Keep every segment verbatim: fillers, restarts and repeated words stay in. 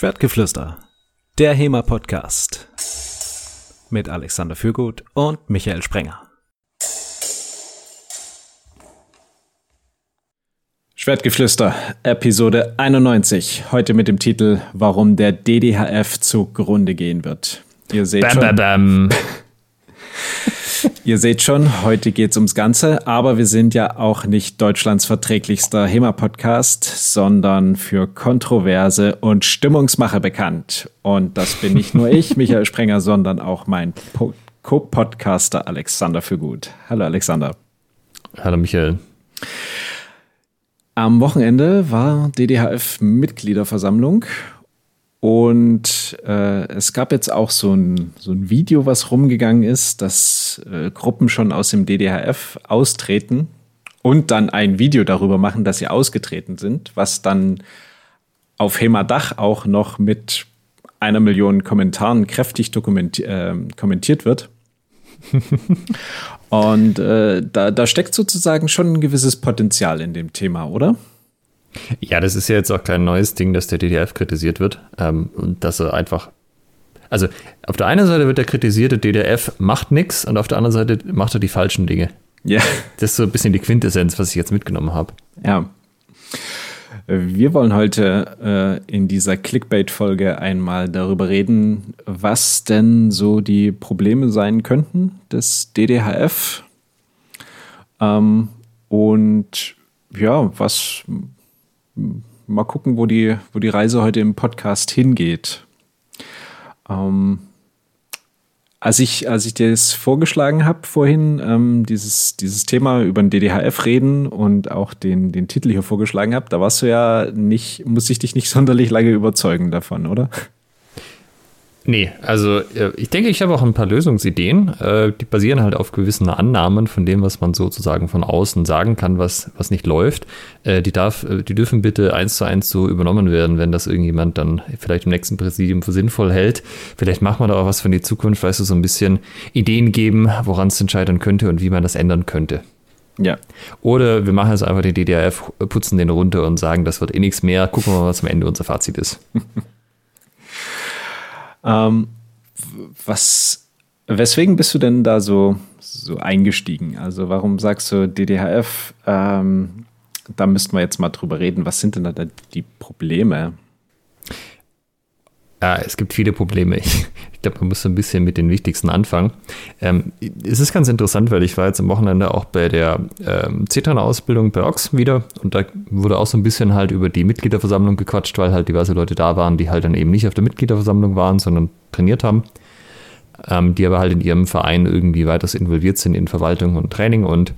Schwertgeflüster, der HEMA-Podcast mit Alexander Fürgut und Michael Sprenger. Schwertgeflüster, Episode einundneunzig, heute mit dem Titel Warum der D D H F zugrunde gehen wird. Ihr seht bam, schon, bam, bam. Ihr seht schon, heute geht's ums Ganze, aber wir sind ja auch nicht Deutschlands verträglichster HEMA-Podcast, sondern für Kontroverse und Stimmungsmache bekannt. Und das bin nicht nur ich, Michael Sprenger, sondern auch mein po- Co-Podcaster Alexander Fürgut. Hallo Alexander. Hallo Michael. Am Wochenende war D D H F-Mitgliederversammlung. Und äh, es gab jetzt auch so ein, so ein Video, was rumgegangen ist, dass äh, Gruppen schon aus dem D D H F austreten und dann ein Video darüber machen, dass sie ausgetreten sind, was dann auf HEMA-Dach auch noch mit einer Million Kommentaren kräftig dokumenti- äh, kommentiert wird. Und äh, da, da steckt sozusagen schon ein gewisses Potenzial in dem Thema, oder? Ja, das ist ja jetzt auch kein neues Ding, dass der D D H F kritisiert wird. Ähm, und dass er einfach, also auf der einen Seite wird der kritisierte D D H F macht nichts und auf der anderen Seite macht er die falschen Dinge. Ja. Das ist so ein bisschen die Quintessenz, was ich jetzt mitgenommen habe. Ja. Wir wollen heute äh, in dieser Clickbait-Folge einmal darüber reden, was denn so die Probleme sein könnten des D D H F. Ähm, und ja, was mal gucken, wo die, wo die Reise heute im Podcast hingeht. Ähm, als ich, als ich dir das vorgeschlagen habe vorhin, ähm, dieses, dieses Thema über den D D H F reden und auch den, den Titel hier vorgeschlagen habe, da warst du ja nicht, muss ich dich nicht sonderlich lange überzeugen davon, oder? Nee, also ich denke, ich habe auch ein paar Lösungsideen, die basieren halt auf gewissen Annahmen von dem, was man sozusagen von außen sagen kann, was, was nicht läuft. Die, darf, die dürfen bitte eins zu eins so übernommen werden, wenn das irgendjemand dann vielleicht im nächsten Präsidium für sinnvoll hält. Vielleicht macht man da auch was für die Zukunft, weißt du, so ein bisschen Ideen geben, woran es denn scheitern könnte und wie man das ändern könnte. Ja. Oder wir machen jetzt einfach den D D H F, putzen den runter und sagen, das wird eh nichts mehr, gucken wir mal, was am Ende unser Fazit ist. Ähm, was, weswegen bist du denn da so, so eingestiegen? Also warum sagst du D D H F, ähm, da müssten wir jetzt mal drüber reden. Was sind denn da die Probleme? Ja, es gibt viele Probleme. Ich, ich glaube, man muss so ein bisschen mit den wichtigsten anfangen. Ähm, es ist ganz interessant, weil ich war jetzt am Wochenende auch bei der ähm, C T A N-Ausbildung bei O X wieder und da wurde auch so ein bisschen halt über die Mitgliederversammlung gequatscht, weil halt diverse Leute da waren, die halt dann eben nicht auf der Mitgliederversammlung waren, sondern trainiert haben, ähm, die aber halt in ihrem Verein irgendwie weiters involviert sind in Verwaltung und Training. Und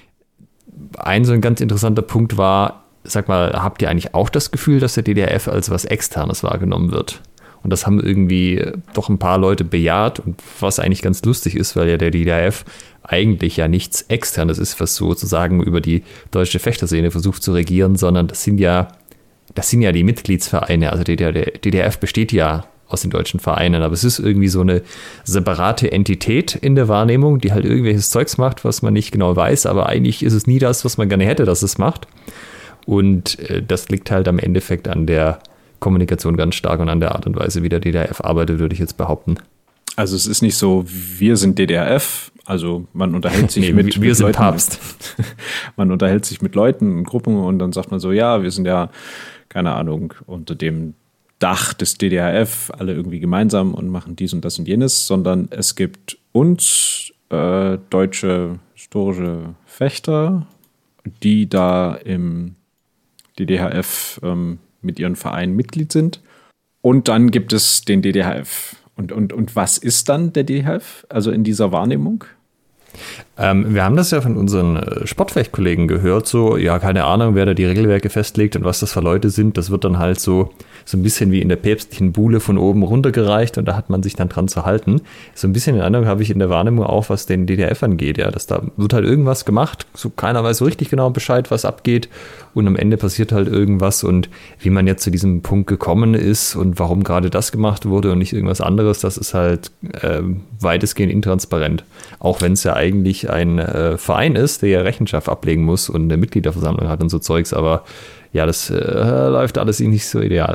ein so ein ganz interessanter Punkt war, sag mal, habt ihr eigentlich auch das Gefühl, dass der D D H F als was Externes wahrgenommen wird? Und das haben irgendwie doch ein paar Leute bejaht, und was eigentlich ganz lustig ist, weil ja der D D H F eigentlich ja nichts Externes ist, was sozusagen über die deutsche Fechterszene versucht zu regieren, sondern das sind ja, das sind ja die Mitgliedsvereine. Also der D D H F besteht ja aus den deutschen Vereinen, aber es ist irgendwie so eine separate Entität in der Wahrnehmung, die halt irgendwelches Zeugs macht, was man nicht genau weiß, aber eigentlich ist es nie das, was man gerne hätte, dass es macht. Und äh, das liegt halt am Endeffekt an der Kommunikation ganz stark und an der Art und Weise, wie der D D H F arbeitet, würde ich jetzt behaupten. Also es ist nicht so, wir sind D D H F, also man unterhält sich nee, mit, wir mit sind Leuten. Papst. Man unterhält sich mit Leuten in Gruppen und dann sagt man so, ja, wir sind ja, keine Ahnung, unter dem Dach des D D H F alle irgendwie gemeinsam und machen dies und das und jenes, sondern es gibt uns, äh, deutsche historische Fechter, die da im D D H F ähm, mit ihren Vereinen Mitglied sind. Und dann gibt es den D D H F. Und, und, und was ist dann der D D H F? Also in dieser Wahrnehmung? Ähm, wir haben das ja von unseren Sportfechtkollegen gehört, so, ja, keine Ahnung, wer da die Regelwerke festlegt und was das für Leute sind. Das wird dann halt so, so ein bisschen wie in der päpstlichen Buhle von oben runtergereicht und da hat man sich dann dran zu halten. So ein bisschen in Eindruck habe ich in der Wahrnehmung auch, was den D D H F angeht, ja, dass da wird halt irgendwas gemacht, so keiner weiß so richtig genau Bescheid, was abgeht, und am Ende passiert halt irgendwas, und wie man jetzt zu diesem Punkt gekommen ist und warum gerade das gemacht wurde und nicht irgendwas anderes, das ist halt äh, weitestgehend intransparent. Auch wenn es ja eigentlich ein äh, Verein ist, der ja Rechenschaft ablegen muss und eine Mitgliederversammlung hat und so Zeugs, aber ja, das äh, läuft alles nicht so ideal.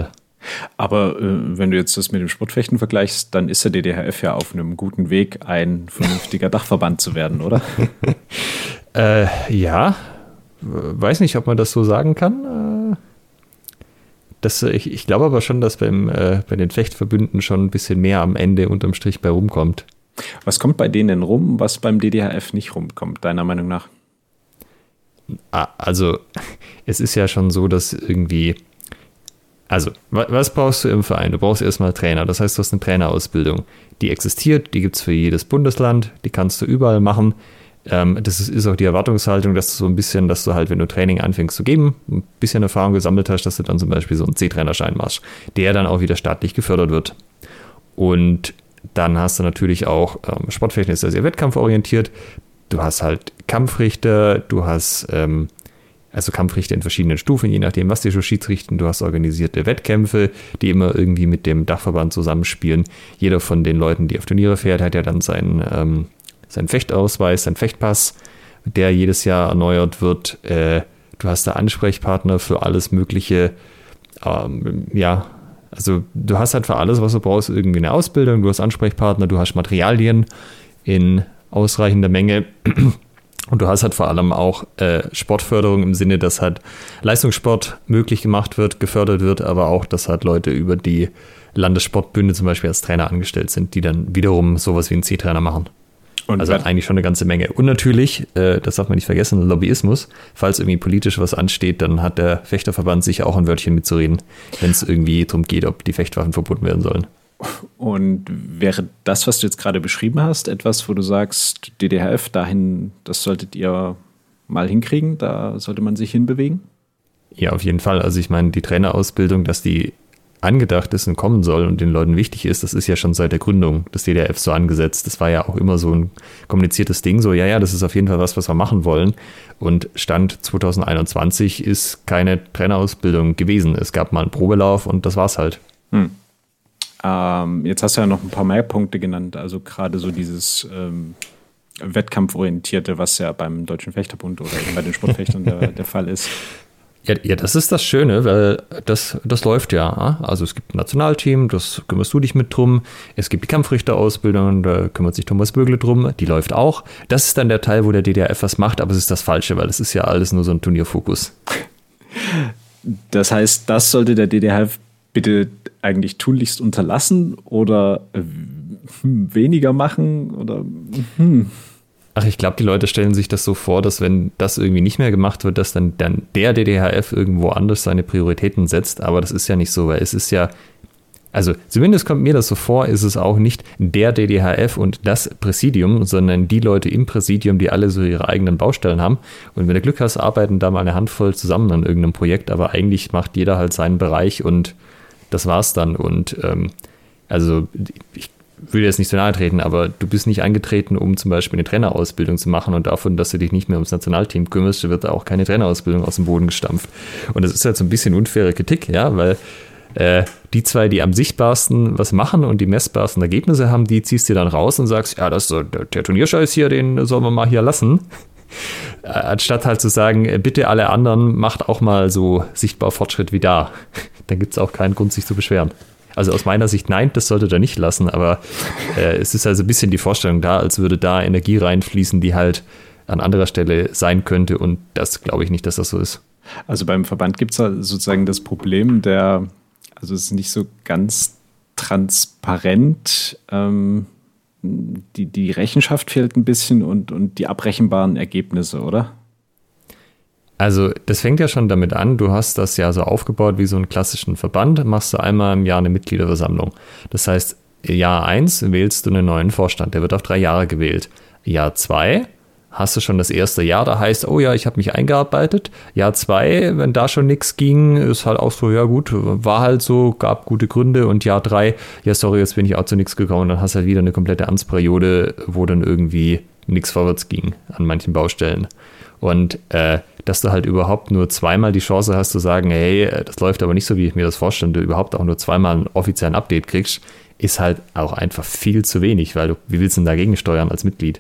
Aber äh, wenn du jetzt das mit dem Sportfechten vergleichst, dann ist der D D H F ja auf einem guten Weg, ein vernünftiger Dachverband zu werden, oder? äh, ja, weiß nicht, ob man das so sagen kann. Das, ich, ich glaube aber schon, dass beim, äh, bei den Fechtverbünden schon ein bisschen mehr am Ende unterm Strich bei rumkommt. Was kommt bei denen denn rum, was beim D D H F nicht rumkommt, deiner Meinung nach? Also, es ist ja schon so, dass irgendwie, also, was brauchst du im Verein? Du brauchst erstmal Trainer, das heißt, du hast eine Trainerausbildung. Die existiert, die gibt es für jedes Bundesland, die kannst du überall machen. Ähm, das ist, ist auch die Erwartungshaltung, dass du so ein bisschen, dass du halt, wenn du Training anfängst zu geben, ein bisschen Erfahrung gesammelt hast, dass du dann zum Beispiel so einen C-Trainerschein machst, der dann auch wieder staatlich gefördert wird. Und dann hast du natürlich auch, ähm, Sportfechten ist ja sehr wettkampforientiert. Du hast halt Kampfrichter, du hast ähm, also Kampfrichter in verschiedenen Stufen, je nachdem, was die so schiedsrichten. Du hast organisierte Wettkämpfe, die immer irgendwie mit dem Dachverband zusammenspielen. Jeder von den Leuten, die auf Turniere fährt, hat ja dann seinen, ähm, seinen Fechtausweis, seinen Fechtpass, der jedes Jahr erneuert wird. Äh, du hast da Ansprechpartner für alles Mögliche. Ähm, ja, also du hast halt für alles, was du brauchst, irgendwie eine Ausbildung. Du hast Ansprechpartner, du hast Materialien in ausreichender Menge und du hast halt vor allem auch äh, Sportförderung im Sinne, dass halt Leistungssport möglich gemacht wird, gefördert wird, aber auch, dass halt Leute über die Landessportbünde zum Beispiel als Trainer angestellt sind, die dann wiederum sowas wie einen C-Trainer machen. Und also eigentlich schon eine ganze Menge. Und natürlich, äh, das darf man nicht vergessen, Lobbyismus. Falls irgendwie politisch was ansteht, dann hat der Fechterverband sicher auch ein Wörtchen mitzureden, wenn es irgendwie darum geht, ob die Fechtwaffen verboten werden sollen. Und wäre das, was du jetzt gerade beschrieben hast, etwas, wo du sagst, D D H F, dahin, das solltet ihr mal hinkriegen, da sollte man sich hinbewegen? Ja, auf jeden Fall. Also ich meine, die Trainerausbildung, dass die angedacht ist und kommen soll und den Leuten wichtig ist, das ist ja schon seit der Gründung des D D H F so angesetzt. Das war ja auch immer so ein kommuniziertes Ding, so ja, ja, das ist auf jeden Fall was, was wir machen wollen. Und Stand zwanzig einundzwanzig ist keine Trainerausbildung gewesen. Es gab mal einen Probelauf und das war's halt. Hm. Ähm, jetzt hast du ja noch ein paar mehr Punkte genannt, also gerade so dieses ähm, Wettkampforientierte, was ja beim Deutschen Fechterbund oder eben bei den Sportfechtern der, der Fall ist. Ja, ja, das ist das Schöne, weil das, das läuft ja. Also es gibt ein Nationalteam, das kümmerst du dich mit drum. Es gibt die Kampfrichterausbildung, da kümmert sich Thomas Bögle drum, die läuft auch. Das ist dann der Teil, wo der D D H F was macht, aber es ist das Falsche, weil es ist ja alles nur so ein Turnierfokus. Das heißt, das sollte der D D H F bitte eigentlich tunlichst unterlassen oder äh, weniger machen oder hm. Ach, ich glaube, die Leute stellen sich das so vor, dass wenn das irgendwie nicht mehr gemacht wird, dass dann, dann der D D H F irgendwo anders seine Prioritäten setzt, aber das ist ja nicht so, weil es ist ja, also zumindest kommt mir das so vor, ist es auch nicht der D D H F und das Präsidium, sondern die Leute im Präsidium, die alle so ihre eigenen Baustellen haben und wenn du Glück hast, arbeiten da mal eine Handvoll zusammen an irgendeinem Projekt, aber eigentlich macht jeder halt seinen Bereich und das war's dann. Und ähm, also ich würde jetzt nicht so nahe treten, aber du bist nicht angetreten, um zum Beispiel eine Trainerausbildung zu machen und davon, dass du dich nicht mehr ums Nationalteam kümmerst, wird da auch keine Trainerausbildung aus dem Boden gestampft. Und das ist halt so ein bisschen unfaire Kritik, ja, weil äh, die zwei, die am sichtbarsten was machen und die messbarsten Ergebnisse haben, die ziehst du dann raus und sagst, ja, das ist so, der, der Turnierscheiß hier, den sollen wir mal hier lassen. Anstatt halt zu sagen, bitte alle anderen macht auch mal so sichtbar Fortschritt wie da. Dann gibt es auch keinen Grund, sich zu beschweren. Also aus meiner Sicht, nein, das sollte er nicht lassen, aber äh, es ist also ein bisschen die Vorstellung da, als würde da Energie reinfließen, die halt an anderer Stelle sein könnte und das glaube ich nicht, dass das so ist. Also beim Verband gibt es da sozusagen das Problem der, also es ist nicht so ganz transparent, ähm, die, die Rechenschaft fehlt ein bisschen und, und die abrechenbaren Ergebnisse, oder? Also das fängt ja schon damit an, du hast das ja so aufgebaut wie so einen klassischen Verband, machst du einmal im Jahr eine Mitgliederversammlung. Das heißt, Jahr eins wählst du einen neuen Vorstand, der wird auf drei Jahre gewählt. Jahr zwei hast du schon das erste Jahr, da heißt, oh ja, ich habe mich eingearbeitet. Jahr zwei, wenn da schon nichts ging, ist halt auch so, ja gut, war halt so, gab gute Gründe. Und Jahr drei, ja sorry, jetzt bin ich auch zu nichts gekommen. Dann hast du halt wieder eine komplette Amtsperiode, wo dann irgendwie nichts vorwärts ging an manchen Baustellen. Und äh, dass du halt überhaupt nur zweimal die Chance hast zu sagen, hey, das läuft aber nicht so, wie ich mir das vorstelle, du überhaupt auch nur zweimal einen offiziellen Update kriegst, ist halt auch einfach viel zu wenig, weil du, wie willst du denn dagegen steuern als Mitglied?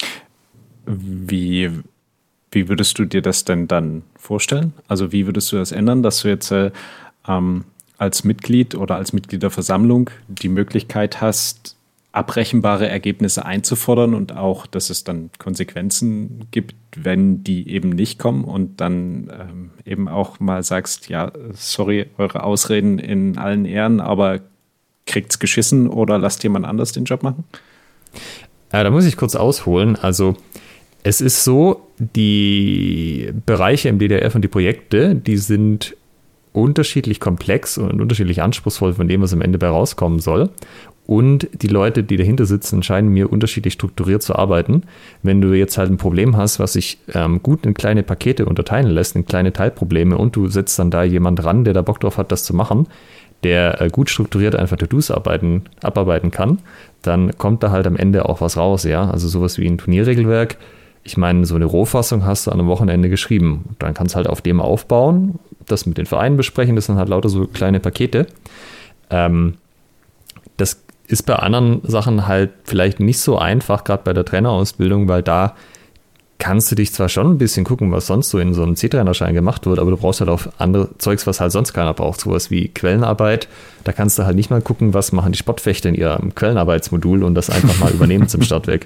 Wie, wie würdest du dir das denn dann vorstellen? Also wie würdest du das ändern, dass du jetzt äh, ähm, als Mitglied oder als Mitglied der Versammlung die Möglichkeit hast, abrechenbare Ergebnisse einzufordern und auch, dass es dann Konsequenzen gibt, wenn die eben nicht kommen und dann ähm, eben auch mal sagst, ja, sorry, eure Ausreden in allen Ehren, aber kriegt's geschissen oder lasst jemand anders den Job machen? Ja, da muss ich kurz ausholen. Also es ist so, die Bereiche im D D R F und die Projekte, die sind unterschiedlich komplex und unterschiedlich anspruchsvoll von dem, was am Ende bei rauskommen soll. Und die Leute, die dahinter sitzen, scheinen mir unterschiedlich strukturiert zu arbeiten. Wenn du jetzt halt ein Problem hast, was sich ähm, gut in kleine Pakete unterteilen lässt, in kleine Teilprobleme, und du setzt dann da jemand ran, der da Bock drauf hat, das zu machen, der äh, gut strukturiert einfach To-Dos arbeiten, abarbeiten kann, dann kommt da halt am Ende auch was raus, ja. Also sowas wie ein Turnierregelwerk. Ich meine, so eine Rohfassung hast du an einem Wochenende geschrieben. Dann kannst du halt auf dem aufbauen, das mit den Vereinen besprechen, das sind halt lauter so kleine Pakete. Ähm, das ist bei anderen Sachen halt vielleicht nicht so einfach, gerade bei der Trainerausbildung, weil da kannst du dich zwar schon ein bisschen gucken, was sonst so in so einem C-Trainerschein gemacht wird, aber du brauchst halt auch andere Zeugs, was halt sonst keiner braucht. Sowas wie Quellenarbeit. Da kannst du halt nicht mal gucken, was machen die Sportfechter in ihrem Quellenarbeitsmodul und das einfach mal übernehmen zum Start weg.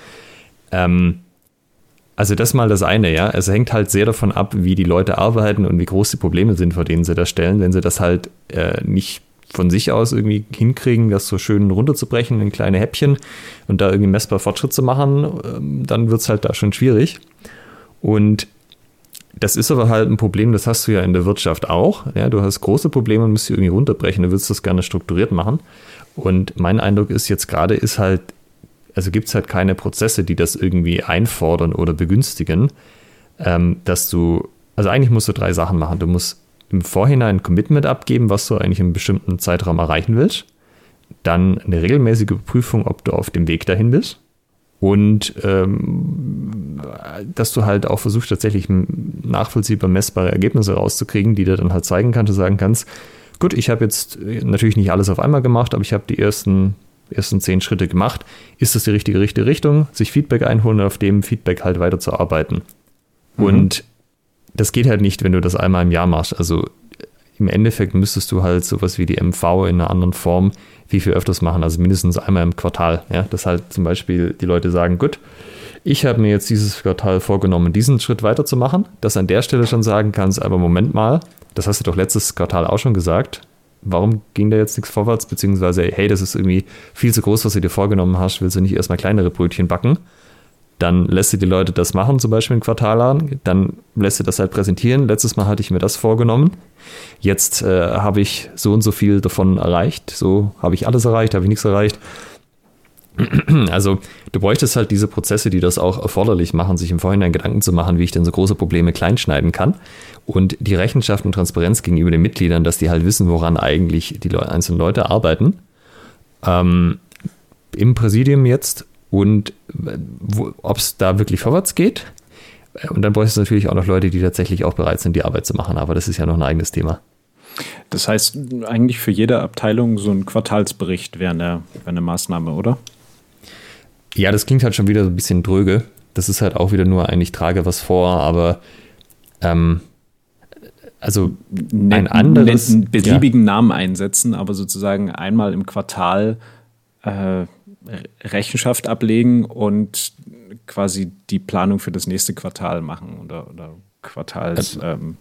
Ähm, also das mal das eine, ja. Es hängt halt sehr davon ab, wie die Leute arbeiten und wie groß die Probleme sind, vor denen sie das stellen. Wenn sie das halt äh, nicht von sich aus irgendwie hinkriegen, das so schön runterzubrechen in kleine Häppchen und da irgendwie messbar Fortschritt zu machen, dann wird es halt da schon schwierig. Und das ist aber halt ein Problem, das hast du ja in der Wirtschaft auch. Ja, du hast große Probleme und musst sie irgendwie runterbrechen, du willst das gerne strukturiert machen. Und mein Eindruck ist jetzt gerade, ist halt, also gibt es halt keine Prozesse, die das irgendwie einfordern oder begünstigen, ähm, dass du, also eigentlich musst du drei Sachen machen. Du musst im Vorhinein ein Commitment abgeben, was du eigentlich in einem bestimmten Zeitraum erreichen willst. Dann eine regelmäßige Überprüfung, ob du auf dem Weg dahin bist. Und ähm, dass du halt auch versuchst, tatsächlich nachvollziehbar messbare Ergebnisse rauszukriegen, die dir dann halt zeigen kannst, du sagen kannst, gut, ich habe jetzt natürlich nicht alles auf einmal gemacht, aber ich habe die ersten, ersten zehn Schritte gemacht. Ist das die richtige, richtige Richtung? Sich Feedback einholen und auf dem Feedback halt weiterzuarbeiten. Mhm. Und das geht halt nicht, wenn du das einmal im Jahr machst. Also im Endeffekt müsstest du halt sowas wie die M V in einer anderen Form wie viel öfters machen, also mindestens einmal im Quartal. Ja, dass halt zum Beispiel die Leute sagen, gut, ich habe mir jetzt dieses Quartal vorgenommen, diesen Schritt weiterzumachen, dass an der Stelle schon sagen kannst, aber Moment mal, das hast du doch letztes Quartal auch schon gesagt, warum ging da jetzt nichts vorwärts, beziehungsweise, hey, das ist irgendwie viel zu groß, was du dir vorgenommen hast, willst du nicht erstmal kleinere Brötchen backen? Dann lässt du die Leute das machen, zum Beispiel ein Quartal an, dann lässt du das halt präsentieren. Letztes Mal hatte ich mir das vorgenommen. Jetzt äh, habe ich so und so viel davon erreicht. So habe ich alles erreicht, habe ich nichts erreicht. Also du bräuchtest halt diese Prozesse, die das auch erforderlich machen, sich im Vorhinein Gedanken zu machen, wie ich denn so große Probleme kleinschneiden kann. Und die Rechenschaft und Transparenz gegenüber den Mitgliedern, dass die halt wissen, woran eigentlich die Le- einzelnen Leute arbeiten. Ähm, im Präsidium jetzt. Und ob es da wirklich vorwärts geht. Und dann bräuchte es natürlich auch noch Leute, die tatsächlich auch bereit sind, die Arbeit zu machen. Aber das ist ja noch ein eigenes Thema. Das heißt, eigentlich für jede Abteilung so ein Quartalsbericht wäre eine, wäre eine Maßnahme, oder? Ja, das klingt halt schon wieder so ein bisschen dröge. Das ist halt auch wieder nur eigentlich trage was vor, aber ähm, also ein N- anderes... Einen beliebigen ja. Namen einsetzen, aber sozusagen einmal im Quartal äh, Rechenschaft ablegen und quasi die Planung für das nächste Quartal machen oder, oder Quartalsüberprüfung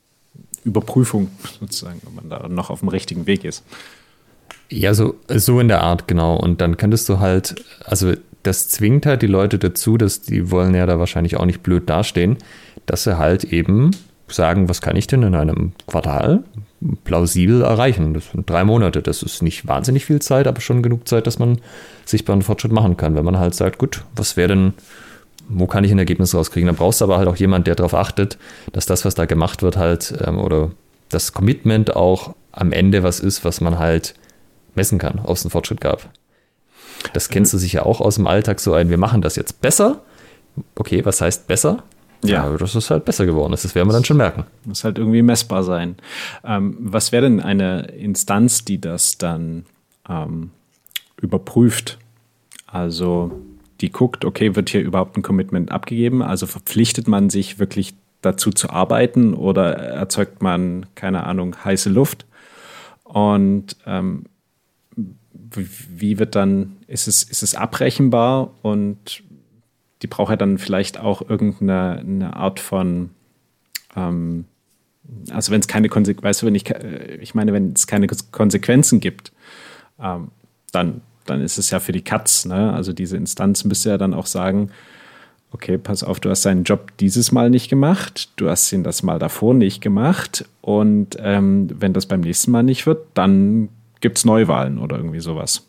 ähm, sozusagen, ob man da noch auf dem richtigen Weg ist. Ja, so, so in der Art, genau. Und dann könntest du halt, also das zwingt halt die Leute dazu, dass die wollen ja da wahrscheinlich auch nicht blöd dastehen, dass sie halt eben sagen, was kann ich denn in einem Quartal plausibel erreichen. Das sind drei Monate. Das ist nicht wahnsinnig viel Zeit, aber schon genug Zeit, dass man sichtbar einen Fortschritt machen kann. Wenn man halt sagt, gut, was wäre denn, wo kann ich ein Ergebnis rauskriegen? Dann brauchst du aber halt auch jemand, der darauf achtet, dass das, was da gemacht wird, halt, ähm, oder das Commitment auch am Ende was ist, was man halt messen kann, ob es einen Fortschritt gab. Das kennst du sicher auch aus dem Alltag so ein, wir machen das jetzt besser. Okay, was heißt besser? Ja, ja, das ist halt besser geworden. Das werden wir dann schon merken. Muss halt irgendwie messbar sein. Ähm, was wäre denn eine Instanz, die das dann ähm, überprüft? Also die guckt, okay, wird hier überhaupt ein Commitment abgegeben? Also verpflichtet man sich wirklich dazu zu arbeiten oder erzeugt man, keine Ahnung, heiße Luft? Und ähm, wie wird dann, ist es, ist es abrechenbar und die braucht ja dann vielleicht auch irgendeine eine Art von, ähm, also wenn es keine Konsequenzen, weißt du, wenn ich, ich meine, wenn es keine Konsequenzen gibt, ähm, dann, dann ist es ja für die Katz, ne? Also diese Instanz müsste ja dann auch sagen, okay, pass auf, du hast deinen Job dieses Mal nicht gemacht, du hast ihn das Mal davor nicht gemacht und ähm, wenn das beim nächsten Mal nicht wird, dann gibt es Neuwahlen oder irgendwie sowas.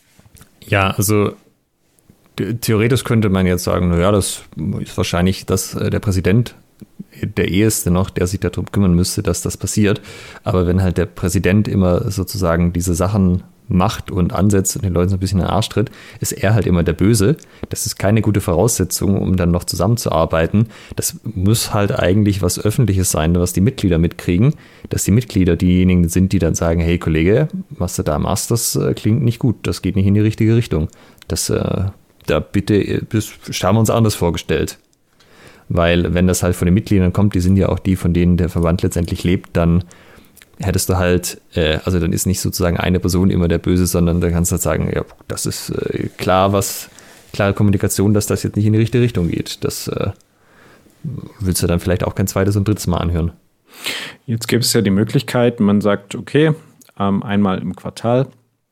Ja, also theoretisch könnte man jetzt sagen, naja, das ist wahrscheinlich, dass äh, der Präsident der Eheste noch, der sich darum kümmern müsste, dass das passiert. Aber wenn halt der Präsident immer sozusagen diese Sachen macht und ansetzt und den Leuten so ein bisschen in den Arsch tritt, ist er halt immer der Böse. Das ist keine gute Voraussetzung, um dann noch zusammenzuarbeiten. Das muss halt eigentlich was Öffentliches sein, was die Mitglieder mitkriegen, dass die Mitglieder diejenigen sind, die dann sagen, hey Kollege, was du da machst, das äh, klingt nicht gut, das geht nicht in die richtige Richtung. Das, äh, da bitte, das haben wir uns anders vorgestellt. Weil wenn das halt von den Mitgliedern kommt, die sind ja auch die, von denen der Verband letztendlich lebt, dann hättest du halt, äh, also dann ist nicht sozusagen eine Person immer der Böse, sondern dann kannst du halt sagen, ja, das ist äh, klar, was, klare Kommunikation, dass das jetzt nicht in die richtige Richtung geht. Das äh, willst du dann vielleicht auch kein zweites und drittes Mal anhören. Jetzt gibt es ja die Möglichkeit, man sagt, okay, ähm, einmal im Quartal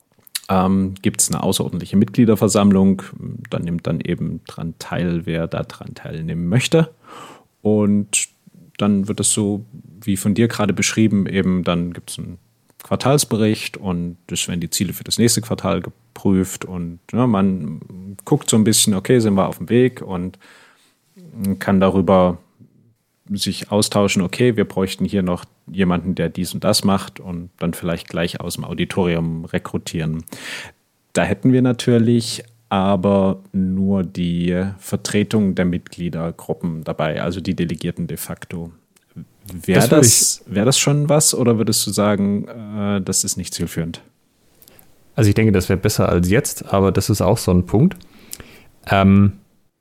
ähm, gibt es eine außerordentliche Mitgliederversammlung, dann nimmt dann eben dran teil, wer da dran teilnehmen möchte. Und dann wird es so, wie von dir gerade beschrieben, eben dann gibt es einen Quartalsbericht und es werden die Ziele für das nächste Quartal geprüft und ja, man guckt so ein bisschen, okay, sind wir auf dem Weg und kann darüber sich austauschen, okay, wir bräuchten hier noch jemanden, der dies und das macht und dann vielleicht gleich aus dem Auditorium rekrutieren. Da hätten wir natürlich aber nur die Vertretung der Mitgliedergruppen dabei, also die Delegierten de facto. Wäre das, das, wär das schon was oder würdest du sagen, äh, das ist nicht zielführend? Also ich denke, das wäre besser als jetzt, aber das ist auch so ein Punkt. Ähm,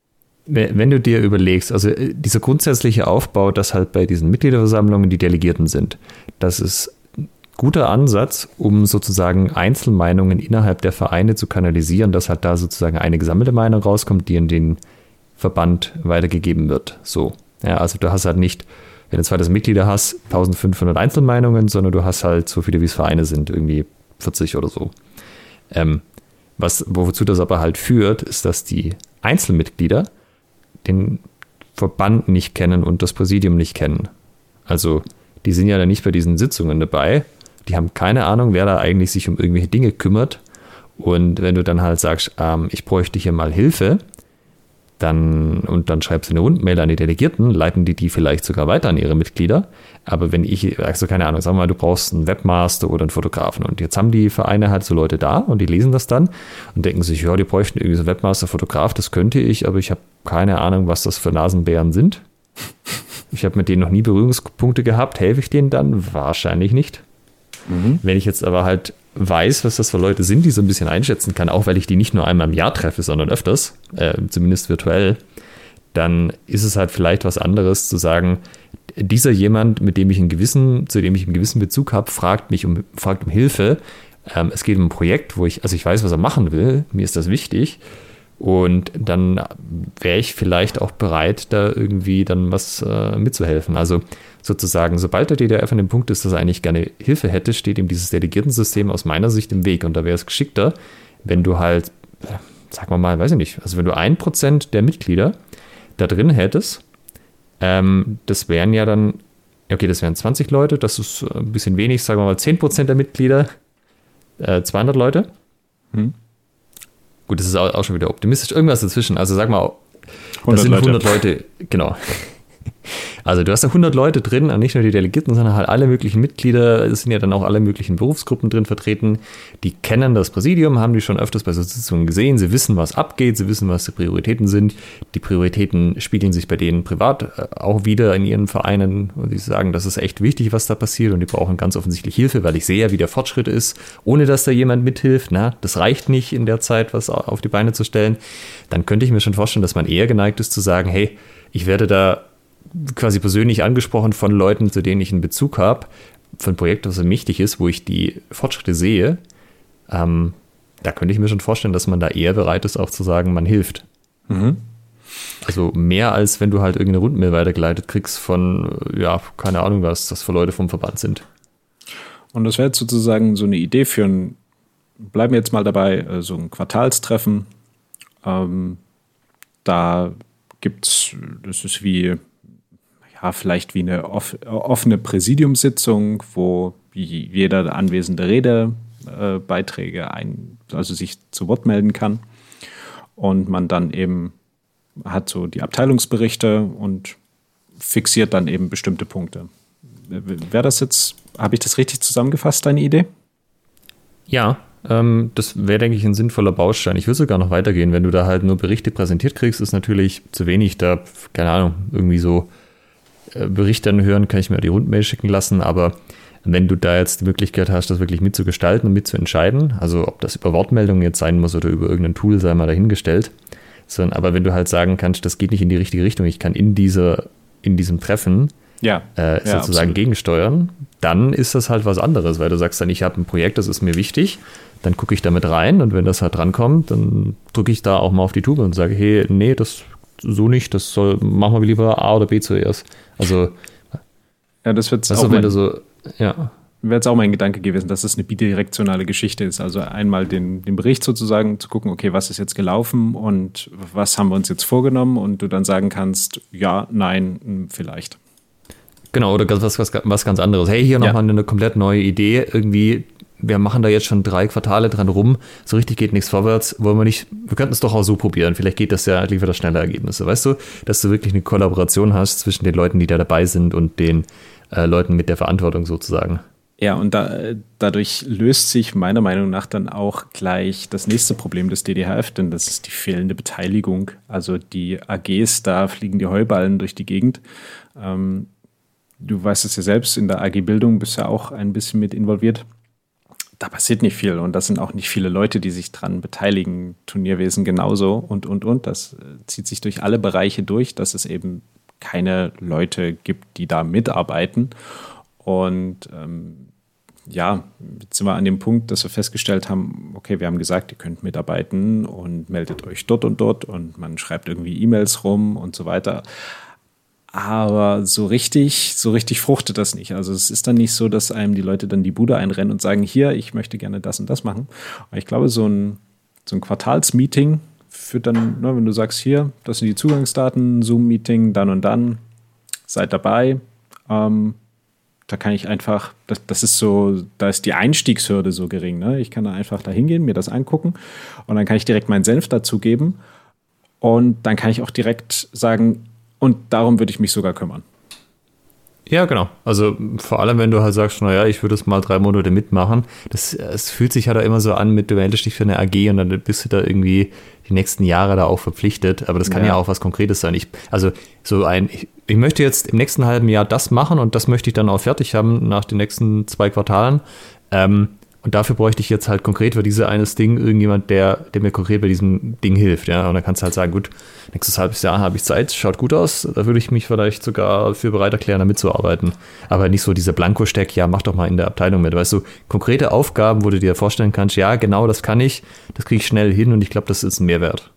wenn du dir überlegst, also dieser grundsätzliche Aufbau, dass halt bei diesen Mitgliederversammlungen die Delegierten sind, das ist ein guter Ansatz, um sozusagen Einzelmeinungen innerhalb der Vereine zu kanalisieren, dass halt da sozusagen eine gesammelte Meinung rauskommt, die in den Verband weitergegeben wird. So, ja, also du hast halt nicht, wenn du zweites Mitglieder hast, eintausendfünfhundert Einzelmeinungen, sondern du hast halt so viele, wie es Vereine sind, irgendwie vierzig oder so. Ähm, was, wozu das aber halt führt, ist, dass die Einzelmitglieder den Verband nicht kennen und das Präsidium nicht kennen. Also die sind ja dann nicht bei diesen Sitzungen dabei. Die haben keine Ahnung, wer da eigentlich sich um irgendwelche Dinge kümmert. Und wenn du dann halt sagst, ähm, ich bräuchte hier mal Hilfe, dann und dann schreibst du eine Rundmail an die Delegierten, leiten die die vielleicht sogar weiter an ihre Mitglieder. Aber wenn ich, also keine Ahnung, sag mal, du brauchst einen Webmaster oder einen Fotografen und jetzt haben die Vereine halt so Leute da und die lesen das dann und denken sich, ja, die bräuchten irgendwie so einen Webmaster, Fotograf, das könnte ich, aber ich habe keine Ahnung, was das für Nasenbären sind. Ich habe mit denen noch nie Berührungspunkte gehabt. Helfe ich denen dann? Wahrscheinlich nicht. Mhm. Wenn ich jetzt aber halt weiß, was das für Leute sind, die so ein bisschen einschätzen kann, auch weil ich die nicht nur einmal im Jahr treffe, sondern öfters, äh, zumindest virtuell, dann ist es halt vielleicht was anderes zu sagen, dieser jemand, mit dem ich einen gewissen, zu dem ich einen gewissen Bezug habe, fragt mich um, fragt um Hilfe. Ähm, es geht um ein Projekt, wo ich, also ich weiß, was er machen will, mir ist das wichtig. Und dann wäre ich vielleicht auch bereit, da irgendwie dann was äh, mitzuhelfen. Also sozusagen, sobald der D D R F an dem Punkt ist, dass er eigentlich gerne Hilfe hätte, steht ihm dieses Delegiertensystem aus meiner Sicht im Weg. Und da wäre es geschickter, wenn du halt, äh, sagen wir mal, weiß ich nicht, also wenn du ein Prozent der Mitglieder da drin hättest, ähm, das wären ja dann, okay, das wären zwanzig Leute, das ist ein bisschen wenig, sagen wir mal zehn Prozent der Mitglieder, äh, zweihundert Leute. Hm. Gut, das ist auch schon wieder optimistisch. Irgendwas dazwischen. Also sag mal, das sind hundert Leute, genau. Also du hast da hundert Leute drin, nicht nur die Delegierten, sondern halt alle möglichen Mitglieder. Es sind ja dann auch alle möglichen Berufsgruppen drin vertreten. Die kennen das Präsidium, haben die schon öfters bei so Sitzungen gesehen. Sie wissen, was abgeht, sie wissen, was die Prioritäten sind. Die Prioritäten spiegeln sich bei denen privat auch wieder in ihren Vereinen. Und sie sagen, das ist echt wichtig, was da passiert. Und die brauchen ganz offensichtlich Hilfe, weil ich sehe ja, wie der Fortschritt ist, ohne dass da jemand mithilft. Na, das reicht nicht in der Zeit, was auf die Beine zu stellen. Dann könnte ich mir schon vorstellen, dass man eher geneigt ist zu sagen, hey, ich werde da quasi persönlich angesprochen von Leuten, zu denen ich einen Bezug habe, für ein Projekt, was so wichtig ist, wo ich die Fortschritte sehe, ähm, da könnte ich mir schon vorstellen, dass man da eher bereit ist, auch zu sagen, man hilft. Mhm. Also mehr als wenn du halt irgendeine Rundmail weitergeleitet kriegst von, ja, keine Ahnung was, das für Leute vom Verband sind. Und das wäre jetzt sozusagen so eine Idee für ein, bleiben wir jetzt mal dabei, so ein Quartalstreffen. Ähm, da gibt es, das ist wie, ja, vielleicht wie eine off, offene Präsidiumssitzung, wo jeder anwesende Redebeiträge äh, ein, also sich zu Wort melden kann. Und man dann eben hat so die Abteilungsberichte und fixiert dann eben bestimmte Punkte. Wäre das jetzt, habe ich das richtig zusammengefasst, deine Idee? Ja, ähm, das wäre, denke ich, ein sinnvoller Baustein. Ich würde sogar noch weitergehen. Wenn du da halt nur Berichte präsentiert kriegst, ist natürlich zu wenig. Da, keine Ahnung, irgendwie so äh, Berichte hören, kann ich mir die Rundmail schicken lassen. Aber wenn du da jetzt die Möglichkeit hast, das wirklich mitzugestalten und mitzuentscheiden, also ob das über Wortmeldungen jetzt sein muss oder über irgendein Tool, sei mal dahingestellt, sondern aber wenn du halt sagen kannst, das geht nicht in die richtige Richtung, ich kann in dieser, in diesem Treffen ja, äh, ja, sozusagen absolut. gegensteuern, dann ist das halt was anderes, weil du sagst dann, ich habe ein Projekt, das ist mir wichtig, dann gucke ich damit rein und wenn das halt drankommt, dann drücke ich da auch mal auf die Tube und sage, hey, nee, das so nicht, das soll, machen wir lieber A oder B zuerst. Also, ja, das wird also auch wenn mein, du so, ja. wäre jetzt auch mein Gedanke gewesen, dass es eine bidirektionale Geschichte ist. Also einmal den, den Bericht sozusagen zu gucken, okay, was ist jetzt gelaufen und was haben wir uns jetzt vorgenommen und du dann sagen kannst, ja, nein, vielleicht. Genau, oder was, was, was ganz anderes. Hey, hier nochmal ja. eine komplett neue Idee. Irgendwie, wir machen da jetzt schon drei Quartale dran rum. So richtig geht nichts vorwärts. Wollen wir nicht, wir könnten es doch auch so probieren. Vielleicht geht das ja, liefert das schneller Ergebnisse. Weißt du, dass du wirklich eine Kollaboration hast zwischen den Leuten, die da dabei sind und den äh, Leuten mit der Verantwortung sozusagen. Ja, und da, dadurch löst sich meiner Meinung nach dann auch gleich das nächste Problem des D D H F, denn das ist die fehlende Beteiligung. Also die A Gs, da fliegen die Heuballen durch die Gegend. Ähm, Du weißt es ja selbst, in der A G-Bildung bist du ja auch ein bisschen mit involviert. Da passiert nicht viel und das sind auch nicht viele Leute, die sich dran beteiligen. Turnierwesen genauso und, und, und. Das zieht sich durch alle Bereiche durch, dass es eben keine Leute gibt, die da mitarbeiten. Und ähm, ja, jetzt sind wir an dem Punkt, dass wir festgestellt haben, okay, wir haben gesagt, ihr könnt mitarbeiten und meldet euch dort und dort und man schreibt irgendwie E-Mails rum und so weiter. Aber so richtig, so richtig fruchtet das nicht. Also es ist dann nicht so, dass einem die Leute dann die Bude einrennen und sagen, hier, ich möchte gerne das und das machen. Aber ich glaube, so ein, so ein Quartalsmeeting führt dann, ne, wenn du sagst, hier, das sind die Zugangsdaten, Zoom-Meeting, dann und dann, seid dabei. Ähm, da kann ich einfach, das, das ist so, da ist die Einstiegshürde so gering. Ne? Ich kann da einfach da hingehen, mir das angucken und dann kann ich direkt meinen Senf dazugeben und dann kann ich auch direkt sagen, und darum würde ich mich sogar kümmern. Ja, genau. Also vor allem, wenn du halt sagst, naja, ich würde es mal drei Monate mitmachen. Das, es fühlt sich halt auch immer so an, mit du meldest dich für eine A G und dann bist du da irgendwie die nächsten Jahre da auch verpflichtet. Aber das kann ja, ja auch was Konkretes sein. Ich, also so ein, ich, ich möchte jetzt im nächsten halben Jahr das machen und das möchte ich dann auch fertig haben nach den nächsten zwei Quartalen. Ähm, Und dafür bräuchte ich jetzt halt konkret für dieses eines Ding irgendjemand, der, der mir konkret bei diesem Ding hilft. Ja? Und dann kannst du halt sagen, gut, nächstes halbes Jahr habe ich Zeit, schaut gut aus. Da würde ich mich vielleicht sogar für bereit erklären, da mitzuarbeiten. Aber nicht so dieser Blanko-Steck, ja, mach doch mal in der Abteilung mit. Weißt du, konkrete Aufgaben, wo du dir vorstellen kannst, ja, genau, das kann ich, das kriege ich schnell hin und ich glaube, das ist ein Mehrwert.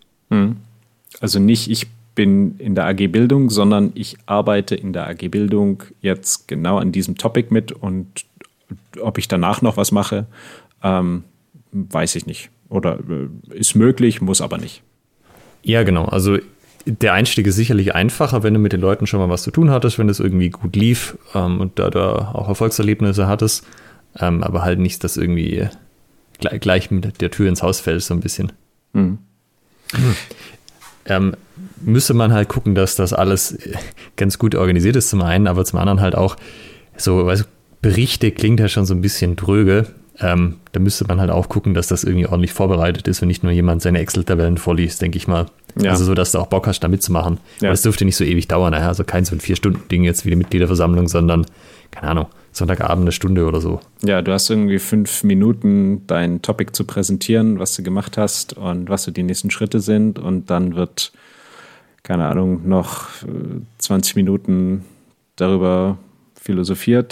Also nicht, ich bin in der A G-Bildung, sondern ich arbeite in der A G-Bildung jetzt genau an diesem Topic mit und ob ich danach noch was mache, ähm, weiß ich nicht. Oder äh, ist möglich, muss aber nicht. Ja, genau. Also der Einstieg ist sicherlich einfacher, wenn du mit den Leuten schon mal was zu tun hattest, wenn es irgendwie gut lief ähm, und da du auch Erfolgserlebnisse hattest. Ähm, aber halt nicht, dass irgendwie gleich, gleich mit der Tür ins Haus fällt, so ein bisschen. Mhm. Mhm. Ähm, müsste man halt gucken, dass das alles ganz gut organisiert ist zum einen, aber zum anderen halt auch so, weißt du, Berichte klingt ja schon so ein bisschen dröge. Ähm, da müsste man halt auch gucken, dass das irgendwie ordentlich vorbereitet ist und nicht nur jemand seine Excel-Tabellen vorliest, denke ich mal. Ja. Also so, dass du auch Bock hast, da mitzumachen. Ja. Aber es dürfte nicht so ewig dauern. Naja, also kein so ein Vier-Stunden-Ding jetzt wie die Mitgliederversammlung, sondern, keine Ahnung, Sonntagabend eine Stunde oder so. Ja, du hast irgendwie fünf Minuten, dein Topic zu präsentieren, was du gemacht hast und was so die nächsten Schritte sind. Und dann wird, keine Ahnung, noch zwanzig Minuten darüber philosophiert.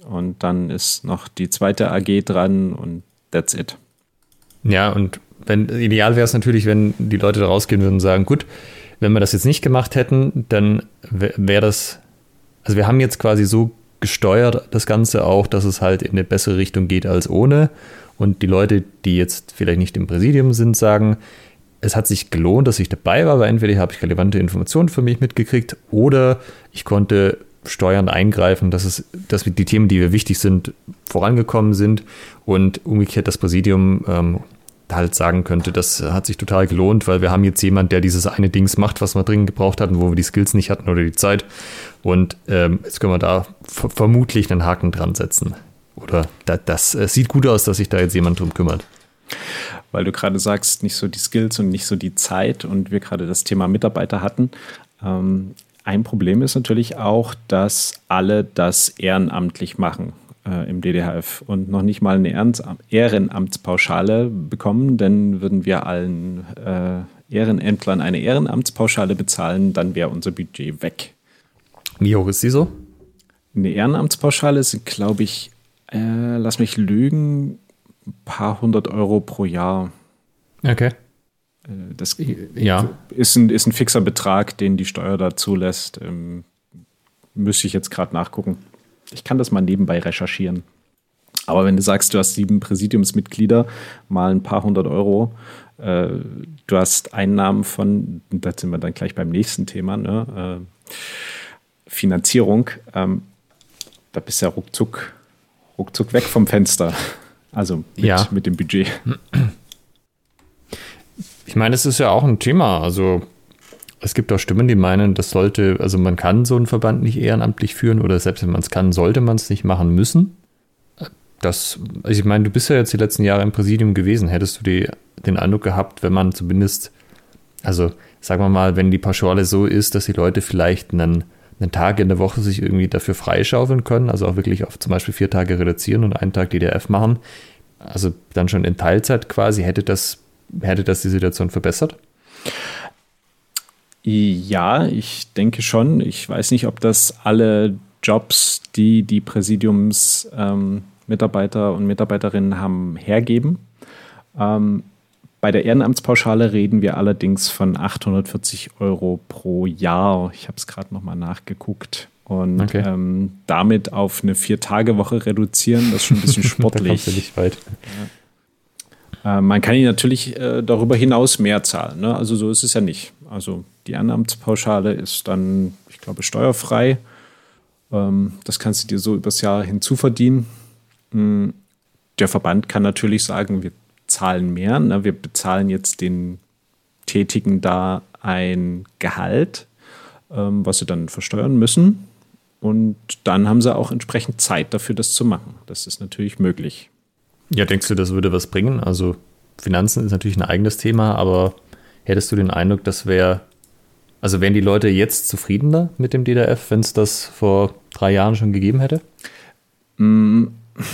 und dann ist noch die zweite A G dran und that's it. Ja, und wenn, ideal wäre es natürlich, wenn die Leute da rausgehen würden und sagen, gut, wenn wir das jetzt nicht gemacht hätten, dann wäre das, also wir haben jetzt quasi so gesteuert das Ganze auch, dass es halt in eine bessere Richtung geht als ohne. Und die Leute, die jetzt vielleicht nicht im Präsidium sind, sagen, es hat sich gelohnt, dass ich dabei war, weil entweder habe ich relevante Informationen für mich mitgekriegt oder ich konnte steuernd eingreifen, dass es, dass die Themen, die mir wichtig sind, vorangekommen sind und umgekehrt das Präsidium ähm, halt sagen könnte, das hat sich total gelohnt, weil wir haben jetzt jemand, der dieses eine Dings macht, was wir dringend gebraucht hatten, wo wir die Skills nicht hatten oder die Zeit und ähm, jetzt können wir da v- vermutlich einen Haken dran setzen. Oder da, das es sieht gut aus, dass sich da jetzt jemand drum kümmert. Weil du gerade sagst, nicht so die Skills und nicht so die Zeit und wir gerade das Thema Mitarbeiter hatten. Ähm, ein Problem ist natürlich auch, dass alle das ehrenamtlich machen äh, im D D H F und noch nicht mal eine Ehrenam- Ehrenamtspauschale bekommen, denn würden wir allen äh, Ehrenämtlern eine Ehrenamtspauschale bezahlen, dann wäre unser Budget weg. Wie hoch ist sie so? Eine Ehrenamtspauschale sind, glaube ich, äh, lass mich lügen, ein paar hundert Euro pro Jahr. Okay. Äh, das ja. ist, ein, ist ein fixer Betrag, den die Steuer da zulässt. Ähm, müsste ich jetzt gerade nachgucken. Ich kann das mal nebenbei recherchieren. Aber wenn du sagst, du hast sieben Präsidiumsmitglieder, mal ein paar hundert Euro, äh, du hast Einnahmen von, da sind wir dann gleich beim nächsten Thema, ne? äh, Finanzierung, ähm, da bist du ja ruckzuck, ruckzuck weg vom Fenster. Also mit, ja. mit dem Budget. Ich meine, es ist ja auch ein Thema. Also es gibt auch Stimmen, die meinen, das sollte, also man kann so einen Verband nicht ehrenamtlich führen oder selbst wenn man es kann, sollte man es nicht machen müssen. Das, also ich meine, du bist ja jetzt die letzten Jahre im Präsidium gewesen. Hättest du die, den Eindruck gehabt, wenn man zumindest, also sagen wir mal, wenn die Pauschale so ist, dass die Leute vielleicht einen einen Tag in der Woche sich irgendwie dafür freischaufeln können, also auch wirklich auf zum Beispiel vier Tage reduzieren und einen Tag D D F machen, also dann schon in Teilzeit quasi, hätte das, hätte das die Situation verbessert? Ja, ich denke schon. Ich weiß nicht, ob das alle Jobs, die die Präsidiumsmitarbeiter ähm, und Mitarbeiterinnen haben, hergeben. Ähm, Bei der Ehrenamtspauschale reden wir allerdings von achthundertvierzig Euro pro Jahr. Ich habe es gerade nochmal nachgeguckt. Und okay. ähm, damit auf eine Vier-Tage-Woche reduzieren, das ist schon ein bisschen sportlich. Da kommst du nicht weit. Ja. Äh, man kann ihn natürlich äh, darüber hinaus mehr zahlen. Ne? Also so ist es ja nicht. Also die Ehrenamtspauschale ist dann, ich glaube, steuerfrei. Ähm, das kannst du dir so übers Jahr hinzuverdienen. Mhm. Der Verband kann natürlich sagen, wir zahlen mehr. Ne? Wir bezahlen jetzt den Tätigen da ein Gehalt, ähm, was sie dann versteuern müssen. Und dann haben sie auch entsprechend Zeit dafür, das zu machen. Das ist natürlich möglich. Ja, denkst du, das würde was bringen? Also Finanzen ist natürlich ein eigenes Thema, aber hättest du den Eindruck, das wäre, also wären die Leute jetzt zufriedener mit dem D D F, wenn es das vor drei Jahren schon gegeben hätte? Mm.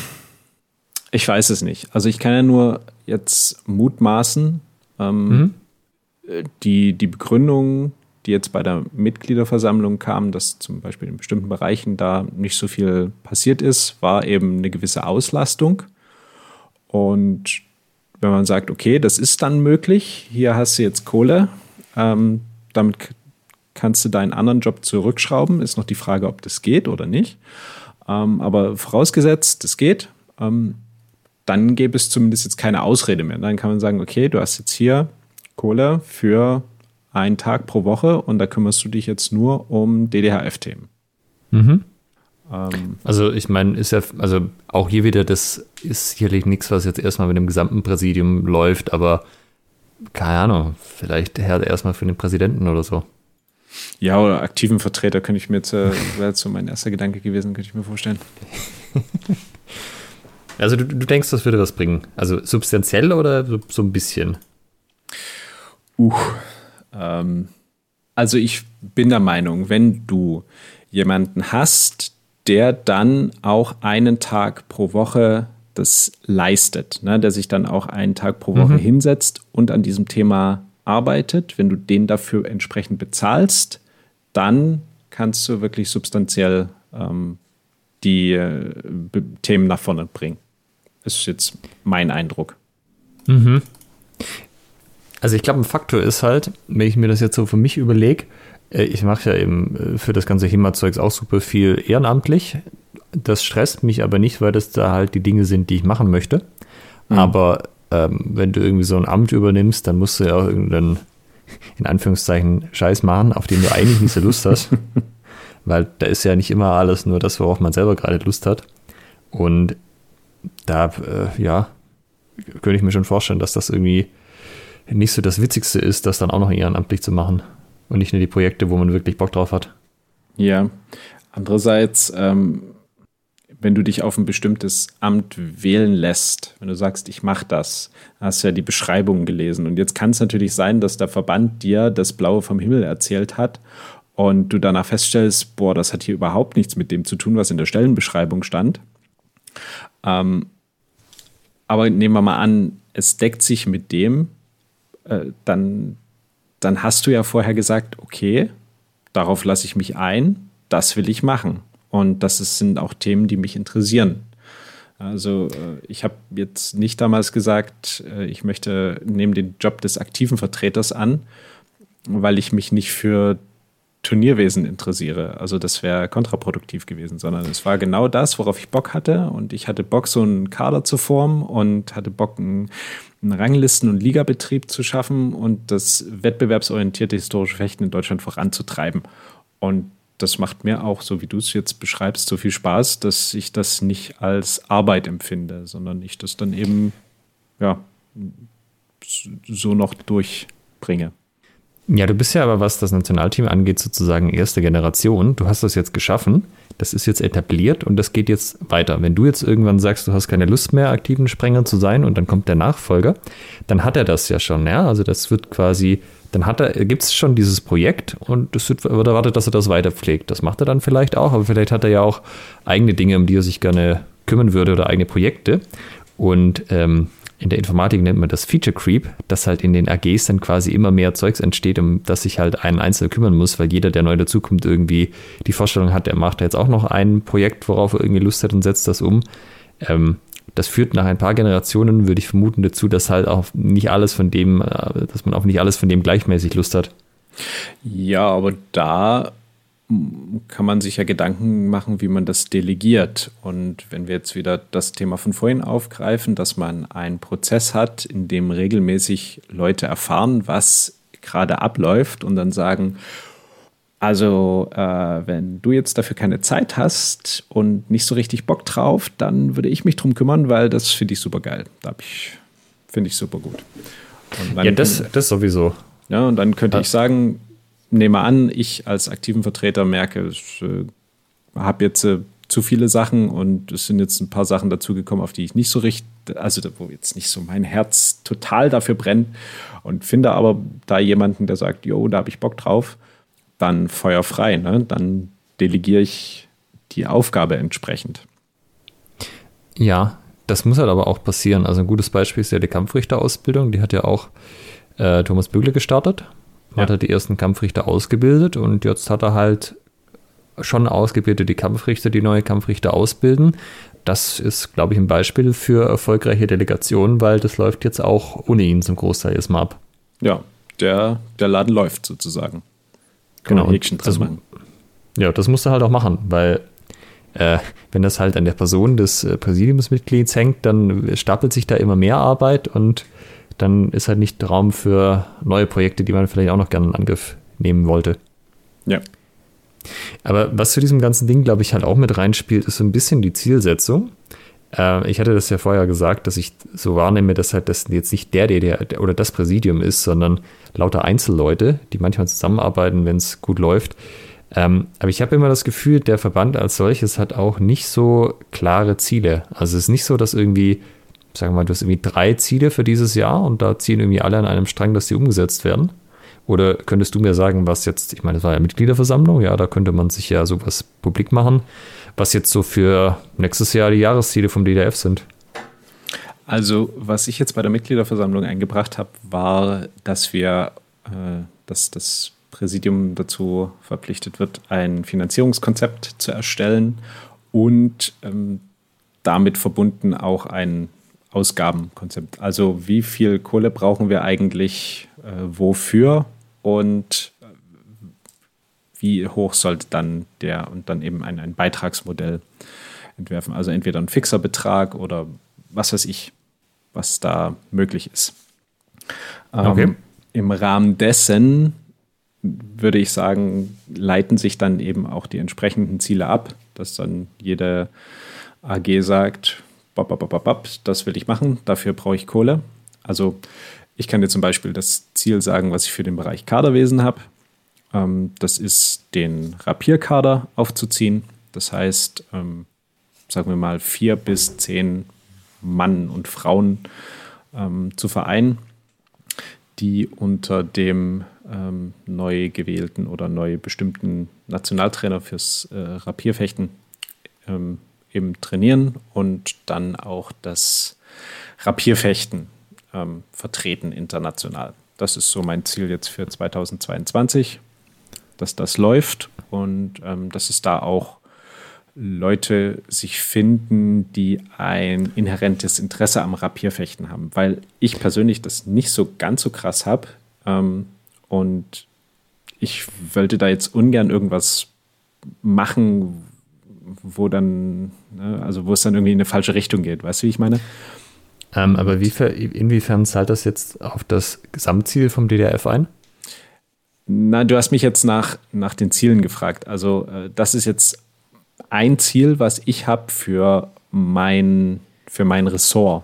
Ich weiß es nicht. Also ich kann ja nur jetzt mutmaßen. Ähm, mhm. die, die Begründung, die jetzt bei der Mitgliederversammlung kam, dass zum Beispiel in bestimmten Bereichen da nicht so viel passiert ist, war eben eine gewisse Auslastung. Und wenn man sagt, okay, das ist dann möglich, hier hast du jetzt Kohle, ähm, damit k- kannst du deinen anderen Job zurückschrauben, ist noch die Frage, ob das geht oder nicht. Ähm, aber vorausgesetzt, das geht, ähm, dann gäbe es zumindest jetzt keine Ausrede mehr. Dann kann man sagen, okay, du hast jetzt hier Kohle für einen Tag pro Woche und da kümmerst du dich jetzt nur um D D H F-Themen. Mhm. Ähm, also ich meine, ist ja, also auch hier wieder, das ist sicherlich nichts, was jetzt erstmal mit dem gesamten Präsidium läuft, aber keine Ahnung, vielleicht erstmal für den Präsidenten oder so. Ja, oder aktiven Vertreter könnte ich mir jetzt, äh, wäre jetzt so mein erster Gedanke gewesen, könnte ich mir vorstellen. Also du, du denkst, das würde was bringen? Also substanziell oder so, so ein bisschen? Uh, ähm, also ich bin der Meinung, wenn du jemanden hast, der dann auch einen Tag pro Woche das leistet, ne, der sich dann auch einen Tag pro Woche mhm. hinsetzt und an diesem Thema arbeitet, wenn du den dafür entsprechend bezahlst, dann kannst du wirklich substanziell ähm, die äh, B- Themen nach vorne bringen. Das ist jetzt mein Eindruck. Mhm. Also ich glaube, ein Faktor ist halt, wenn ich mir das jetzt so für mich überlege, ich mache ja eben für das ganze H I M A-Zeugs auch super viel ehrenamtlich. Das stresst mich aber nicht, weil das da halt die Dinge sind, die ich machen möchte. Mhm. Aber ähm, wenn du irgendwie so ein Amt übernimmst, dann musst du ja auch irgendeinen, in Anführungszeichen, Scheiß machen, auf den du eigentlich nicht so Lust hast. Weil da ist ja nicht immer alles nur das, worauf man selber gerade Lust hat. Und da, äh, ja, könnte ich mir schon vorstellen, dass das irgendwie nicht so das Witzigste ist, das dann auch noch ehrenamtlich zu machen. Und nicht nur die Projekte, wo man wirklich Bock drauf hat. Ja, andererseits, ähm, wenn du dich auf ein bestimmtes Amt wählen lässt, wenn du sagst, ich mache das, hast du ja die Beschreibung gelesen. Und jetzt kann es natürlich sein, dass der Verband dir das Blaue vom Himmel erzählt hat und du danach feststellst, boah, das hat hier überhaupt nichts mit dem zu tun, was in der Stellenbeschreibung stand. Ähm, aber nehmen wir mal an, es deckt sich mit dem, äh, dann dann hast du ja vorher gesagt, okay, darauf lasse ich mich ein, das will ich machen. Und das ist, sind auch Themen, die mich interessieren. Also ich habe jetzt nicht damals gesagt, ich möchte nehme den Job des aktiven Vertreters an, weil ich mich nicht für Turnierwesen interessiere. Also das wäre kontraproduktiv gewesen, sondern es war genau das, worauf ich Bock hatte. Und ich hatte Bock, so einen Kader zu formen und hatte Bock, einen einen Ranglisten- und Ligabetrieb zu schaffen und das wettbewerbsorientierte historische Fechten in Deutschland voranzutreiben. Und das macht mir auch, so wie du es jetzt beschreibst, so viel Spaß, dass ich das nicht als Arbeit empfinde, sondern ich das dann eben ja, so noch durchbringe. Ja, du bist ja aber, was das Nationalteam angeht, sozusagen erste Generation. Du hast das jetzt geschaffen, das ist jetzt etabliert und das geht jetzt weiter. Wenn du jetzt irgendwann sagst, du hast keine Lust mehr, aktiven Sprenger zu sein und dann kommt der Nachfolger, dann hat er das ja schon, ja. Also das wird quasi, dann hat er, gibt es schon dieses Projekt und es wird erwartet, dass er das weiterpflegt. Das macht er dann vielleicht auch, aber vielleicht hat er ja auch eigene Dinge, um die er sich gerne kümmern würde oder eigene Projekte. Und ähm, in der Informatik nennt man das Feature Creep, dass halt in den A Gs dann quasi immer mehr Zeugs entsteht, um das sich halt ein Einzelner kümmern muss, weil jeder, der neu dazukommt, irgendwie die Vorstellung hat, er macht jetzt auch noch ein Projekt, worauf er irgendwie Lust hat und setzt das um. Ähm, das führt nach ein paar Generationen, würde ich vermuten, dazu, dass halt auch nicht alles von dem, äh, dass man auch nicht alles von dem gleichmäßig Lust hat. Ja, aber da kann man sich ja Gedanken machen, wie man das delegiert. Und wenn wir jetzt wieder das Thema von vorhin aufgreifen, dass man einen Prozess hat, in dem regelmäßig Leute erfahren, was gerade abläuft und dann sagen, also äh, wenn du jetzt dafür keine Zeit hast und nicht so richtig Bock drauf, dann würde ich mich drum kümmern, weil das finde ich super geil. Da ich, finde ich super gut. Und dann, ja, das, das sowieso. Ja, und dann könnte ja. ich sagen, nehme an, ich als aktiven Vertreter merke, ich äh, habe jetzt äh, zu viele Sachen und es sind jetzt ein paar Sachen dazugekommen, auf die ich nicht so richtig, also wo jetzt nicht so mein Herz total dafür brennt und finde aber da jemanden, der sagt, jo, da habe ich Bock drauf, dann Feuer frei, ne? Dann delegiere ich die Aufgabe entsprechend. Ja, das muss halt aber auch passieren. Also ein gutes Beispiel ist ja die Kampfrichterausbildung, die hat ja auch äh, Thomas Bögle gestartet. Ja. Hat er die ersten Kampfrichter ausgebildet und jetzt hat er halt schon ausgebildete Kampfrichter, die neue Kampfrichter ausbilden. Das ist, glaube ich, ein Beispiel für erfolgreiche Delegationen, weil das läuft jetzt auch ohne ihn zum Großteil erstmal ab. Ja, der, der Laden läuft sozusagen. Kann genau. Das, ja, das musst du halt auch machen, weil äh, wenn das halt an der Person des äh, Präsidiumsmitglieds hängt, dann stapelt sich da immer mehr Arbeit und dann ist halt nicht Raum für neue Projekte, die man vielleicht auch noch gerne in Angriff nehmen wollte. Ja. Aber was zu diesem ganzen Ding, glaube ich, halt auch mit reinspielt, ist so ein bisschen die Zielsetzung. Äh, ich hatte das ja vorher gesagt, dass ich so wahrnehme, dass halt das jetzt nicht der, der, der oder das Präsidium ist, sondern lauter Einzelleute, die manchmal zusammenarbeiten, wenn es gut läuft. Ähm, aber ich habe immer das Gefühl, der Verband als solches hat auch nicht so klare Ziele. Also es ist nicht so, dass irgendwie sagen wir mal, du hast irgendwie drei Ziele für dieses Jahr und da ziehen irgendwie alle an einem Strang, dass die umgesetzt werden. Oder könntest du mir sagen, was jetzt, ich meine, das war ja Mitgliederversammlung, ja, da könnte man sich ja sowas publik machen, was jetzt so für nächstes Jahr die Jahresziele vom D D F sind? Also, was ich jetzt bei der Mitgliederversammlung eingebracht habe, war, dass wir, äh, dass das Präsidium dazu verpflichtet wird, ein Finanzierungskonzept zu erstellen und ähm, damit verbunden auch ein Ausgabenkonzept. Also wie viel Kohle brauchen wir eigentlich äh, wofür und äh, wie hoch sollte dann der und dann eben ein, ein Beitragsmodell entwerfen. Also entweder ein fixer Betrag oder was weiß ich, was da möglich ist. Ähm, okay. Im Rahmen dessen würde ich sagen, leiten sich dann eben auch die entsprechenden Ziele ab, dass dann jede A G sagt, bop, bop, bop, bop, das will ich machen, dafür brauche ich Kohle. Also ich kann dir zum Beispiel das Ziel sagen, was ich für den Bereich Kaderwesen habe. Ähm, das ist, den Rapierkader aufzuziehen. Das heißt, ähm, sagen wir mal, vier bis zehn Mann und Frauen ähm, zu vereinen, die unter dem ähm, neu gewählten oder neu bestimmten Nationaltrainer fürs äh, Rapierfechten ähm, eben trainieren und dann auch das Rapierfechten ähm, vertreten international. Das ist so mein Ziel jetzt für zweitausendzweiundzwanzig, dass das läuft und ähm, dass es da auch Leute sich finden, die ein inhärentes Interesse am Rapierfechten haben, weil ich persönlich das nicht so ganz so krass habe ähm, und ich wollte da jetzt ungern irgendwas machen, wo dann, ne, also wo es dann irgendwie in eine falsche Richtung geht, weißt du, wie ich meine? Ähm, aber wie, inwiefern zahlt das jetzt auf das Gesamtziel vom D D R F ein? Na, du hast mich jetzt nach, nach den Zielen gefragt. Also äh, das ist jetzt ein Ziel, was ich habe für mein, für mein Ressort.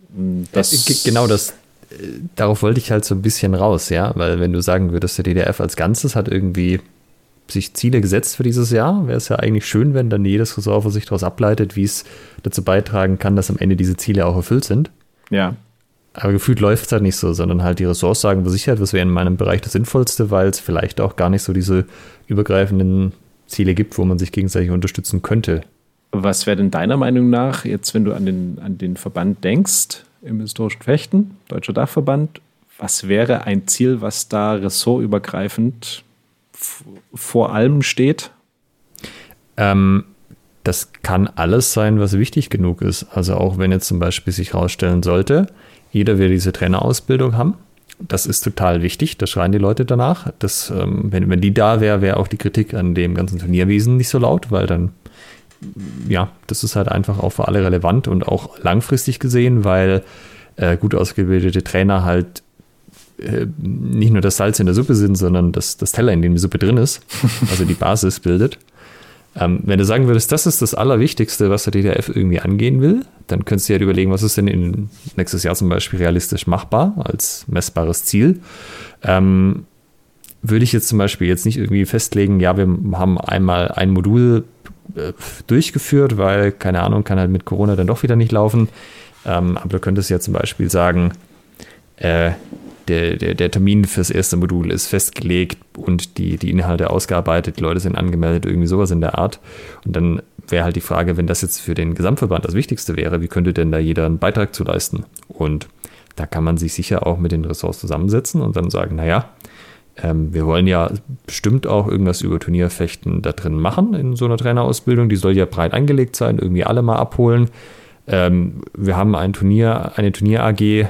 Das genau das, darauf wollte ich halt so ein bisschen raus, ja, weil wenn du sagen würdest, der D D R F als Ganzes hat irgendwie sich Ziele gesetzt für dieses Jahr, wäre es ja eigentlich schön, wenn dann jedes Ressort für sich daraus ableitet, wie es dazu beitragen kann, dass am Ende diese Ziele auch erfüllt sind. Ja. Aber gefühlt läuft es halt nicht so, sondern halt die Ressorts sagen für sich halt, was wäre in meinem Bereich das Sinnvollste, weil es vielleicht auch gar nicht so diese übergreifenden Ziele gibt, wo man sich gegenseitig unterstützen könnte. Was wäre denn deiner Meinung nach, jetzt wenn du an den, an den Verband denkst, im historischen Fechten, Deutscher Dachverband, was wäre ein Ziel, was da ressortübergreifend f- vor allem steht? Ähm, das kann alles sein, was wichtig genug ist. Also auch wenn jetzt zum Beispiel sich herausstellen sollte, jeder will diese Trainerausbildung haben. Das ist total wichtig, da schreien die Leute danach. Das, ähm, wenn, wenn die da wäre, wäre auch die Kritik an dem ganzen Turnierwesen nicht so laut, weil dann, ja, das ist halt einfach auch für alle relevant und auch langfristig gesehen, weil äh, gut ausgebildete Trainer halt äh, nicht nur das Salz in der Suppe sind, sondern das, das Teller, in dem die Suppe drin ist, also die Basis bildet. Ähm, wenn du sagen würdest, das ist das Allerwichtigste, was der D D R F irgendwie angehen will, dann könntest du ja überlegen, was ist denn in nächstes Jahr zum Beispiel realistisch machbar als messbares Ziel. Ähm, würde ich jetzt zum Beispiel jetzt nicht irgendwie festlegen, ja, wir haben einmal ein Modul äh, durchgeführt, weil, keine Ahnung, kann halt mit Corona dann doch wieder nicht laufen. Ähm, aber du könntest ja zum Beispiel sagen, äh, Der, der, der Termin fürs erste Modul ist festgelegt und die, die Inhalte ausgearbeitet, die Leute sind angemeldet, irgendwie sowas in der Art. Und dann wäre halt die Frage, wenn das jetzt für den Gesamtverband das Wichtigste wäre, wie könnte denn da jeder einen Beitrag zu leisten? Und da kann man sich sicher auch mit den Ressorts zusammensetzen und dann sagen, naja, ähm, wir wollen ja bestimmt auch irgendwas über Turnierfechten da drin machen in so einer Trainerausbildung. Die soll ja breit angelegt sein, irgendwie alle mal abholen. Ähm, wir haben ein Turnier, eine Turnier-A G,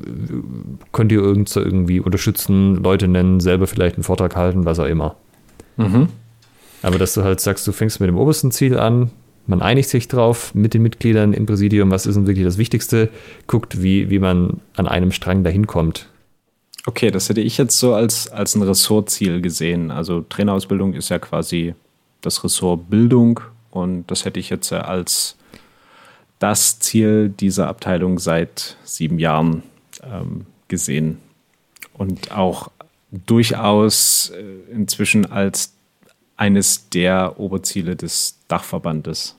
könnt ihr irgend irgendwie unterstützen, Leute nennen, selber vielleicht einen Vortrag halten, was auch immer. Mhm. Aber dass du halt sagst, du fängst mit dem obersten Ziel an, man einigt sich drauf mit den Mitgliedern im Präsidium, was ist denn wirklich das Wichtigste, guckt, wie, wie man an einem Strang dahin kommt. Okay, das hätte ich jetzt so als, als ein Ressortziel gesehen. Also Trainerausbildung ist ja quasi das Ressort Bildung und das hätte ich jetzt ja als das Ziel dieser Abteilung seit sieben Jahren ähm, gesehen und auch durchaus äh, inzwischen als eines der Oberziele des Dachverbandes.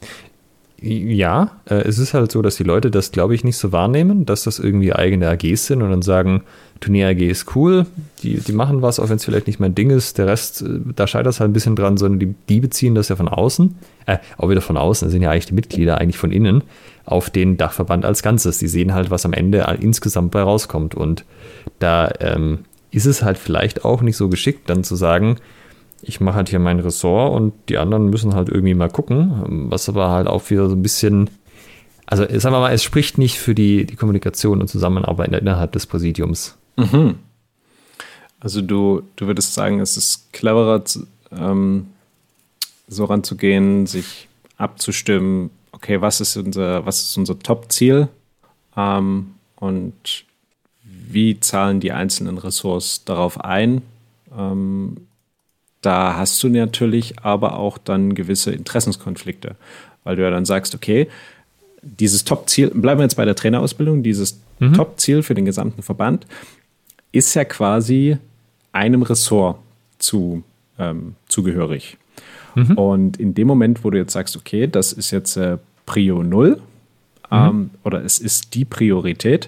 Ja, äh, es ist halt so, dass die Leute das, glaube ich, nicht so wahrnehmen, dass das irgendwie eigene A Gs sind und dann sagen, Turnier-A G ist cool, die, die machen was, auch wenn es vielleicht nicht mein Ding ist, der Rest, äh, da scheitert es halt ein bisschen dran, sondern die, die beziehen das ja von außen, äh, auch wieder von außen, das sind ja eigentlich die Mitglieder, eigentlich von innen, auf den Dachverband als Ganzes. Die sehen halt, was am Ende insgesamt bei rauskommt und da ähm, ist es halt vielleicht auch nicht so geschickt, dann zu sagen, ich mache halt hier mein Ressort und die anderen müssen halt irgendwie mal gucken, was aber halt auch wieder so ein bisschen, also sagen wir mal, es spricht nicht für die, die Kommunikation und Zusammenarbeit innerhalb des Präsidiums. Mhm. Also du, du würdest sagen, es ist cleverer, ähm, so ranzugehen, sich abzustimmen, okay, was ist unser, was ist unser Top-Ziel ähm, und wie zahlen die einzelnen Ressorts darauf ein? Ähm, da hast du natürlich aber auch dann gewisse Interessenskonflikte, weil du ja dann sagst, okay, dieses Top-Ziel, bleiben wir jetzt bei der Trainerausbildung, dieses mhm. Top-Ziel für den gesamten Verband ist ja quasi einem Ressort zu, ähm, zugehörig. Mhm. Und in dem Moment, wo du jetzt sagst, okay, das ist jetzt äh, Prio null mhm. ähm, oder es ist die Priorität,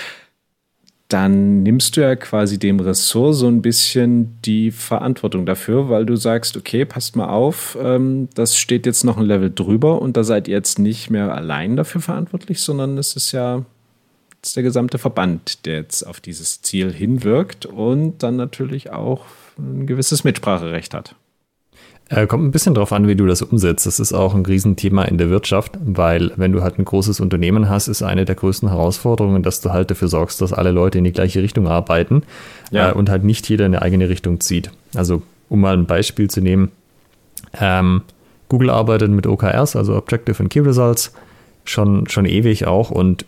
dann nimmst du ja quasi dem Ressort so ein bisschen die Verantwortung dafür, weil du sagst, okay, passt mal auf, ähm, das steht jetzt noch ein Level drüber und da seid ihr jetzt nicht mehr allein dafür verantwortlich, sondern es ist ja jetzt der gesamte Verband, der jetzt auf dieses Ziel hinwirkt und dann natürlich auch ein gewisses Mitspracherecht hat. Äh, kommt ein bisschen drauf an, wie du das umsetzt. Das ist auch ein Riesenthema in der Wirtschaft, weil wenn du halt ein großes Unternehmen hast, ist eine der größten Herausforderungen, dass du halt dafür sorgst, dass alle Leute in die gleiche Richtung arbeiten ja. äh, und halt nicht jeder in eine eigene Richtung zieht. Also um mal ein Beispiel zu nehmen, ähm, Google arbeitet mit O K Rs, also Objective and Key Results, schon, schon ewig auch und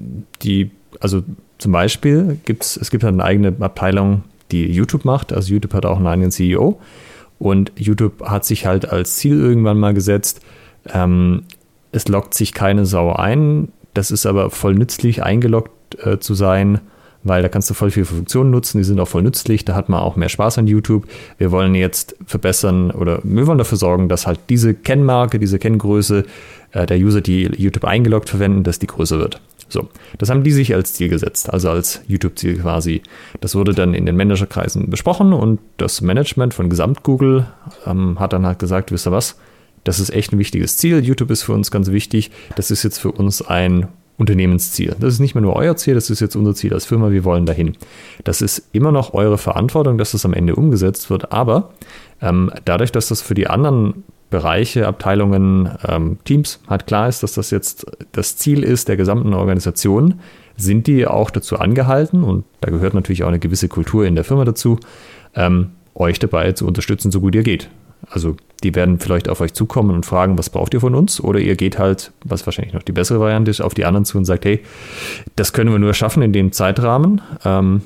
die, also zum Beispiel gibt's, es gibt halt eine eigene Abteilung, die YouTube macht, also YouTube hat auch einen eigenen C E O. Und YouTube hat sich halt als Ziel irgendwann mal gesetzt, ähm, es loggt sich keine Sau ein. Das ist aber voll nützlich, eingeloggt äh, zu sein, weil da kannst du voll viele Funktionen nutzen, die sind auch voll nützlich, da hat man auch mehr Spaß an YouTube. Wir wollen jetzt verbessern oder wir wollen dafür sorgen, dass halt diese Kennmarke, diese Kenngröße äh, der User, die YouTube eingeloggt verwenden, dass die größer wird. So, das haben die sich als Ziel gesetzt, also als YouTube-Ziel quasi. Das wurde dann in den Managerkreisen besprochen und das Management von Gesamt-Google ähm, hat dann halt gesagt, wisst ihr was, das ist echt ein wichtiges Ziel, YouTube ist für uns ganz wichtig, das ist jetzt für uns ein Unternehmensziel. Das ist nicht mehr nur euer Ziel, das ist jetzt unser Ziel als Firma, wir wollen dahin. Das ist immer noch eure Verantwortung, dass das am Ende umgesetzt wird, aber ähm, dadurch, dass das für die anderen Bereiche, Abteilungen, ähm, Teams halt klar ist, dass das jetzt das Ziel ist der gesamten Organisation, sind die auch dazu angehalten, und da gehört natürlich auch eine gewisse Kultur in der Firma dazu, ähm, euch dabei zu unterstützen, so gut ihr geht. Also die werden vielleicht auf euch zukommen und fragen, was braucht ihr von uns? Oder ihr geht halt, was wahrscheinlich noch die bessere Variante ist, auf die anderen zu und sagt, hey, das können wir nur schaffen in dem Zeitrahmen. Ähm,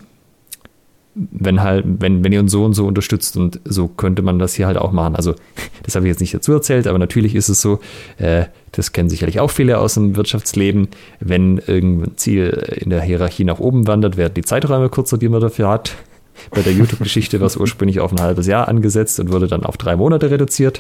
wenn halt, wenn, wenn ihr uns so und so unterstützt, und so könnte man das hier halt auch machen. Also das habe ich jetzt nicht dazu erzählt, aber natürlich ist es so, äh, das kennen sicherlich auch viele aus dem Wirtschaftsleben, wenn irgendein Ziel in der Hierarchie nach oben wandert, werden die Zeiträume kürzer, die man dafür hat. Bei der YouTube-Geschichte war es ursprünglich auf ein halbes Jahr angesetzt und wurde dann auf drei Monate reduziert.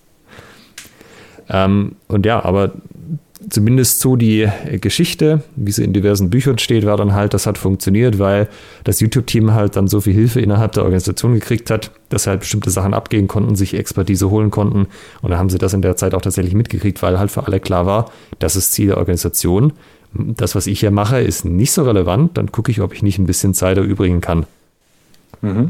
Ähm, und ja, aber zumindest so die Geschichte, wie sie in diversen Büchern steht, war dann halt, das hat funktioniert, weil das YouTube-Team halt dann so viel Hilfe innerhalb der Organisation gekriegt hat, dass sie halt bestimmte Sachen abgehen konnten, sich Expertise holen konnten. Und dann haben sie das in der Zeit auch tatsächlich mitgekriegt, weil halt für alle klar war, das ist Ziel der Organisation. Das, was ich hier mache, ist nicht so relevant. Dann gucke ich, ob ich nicht ein bisschen Zeit erübrigen kann. Mhm.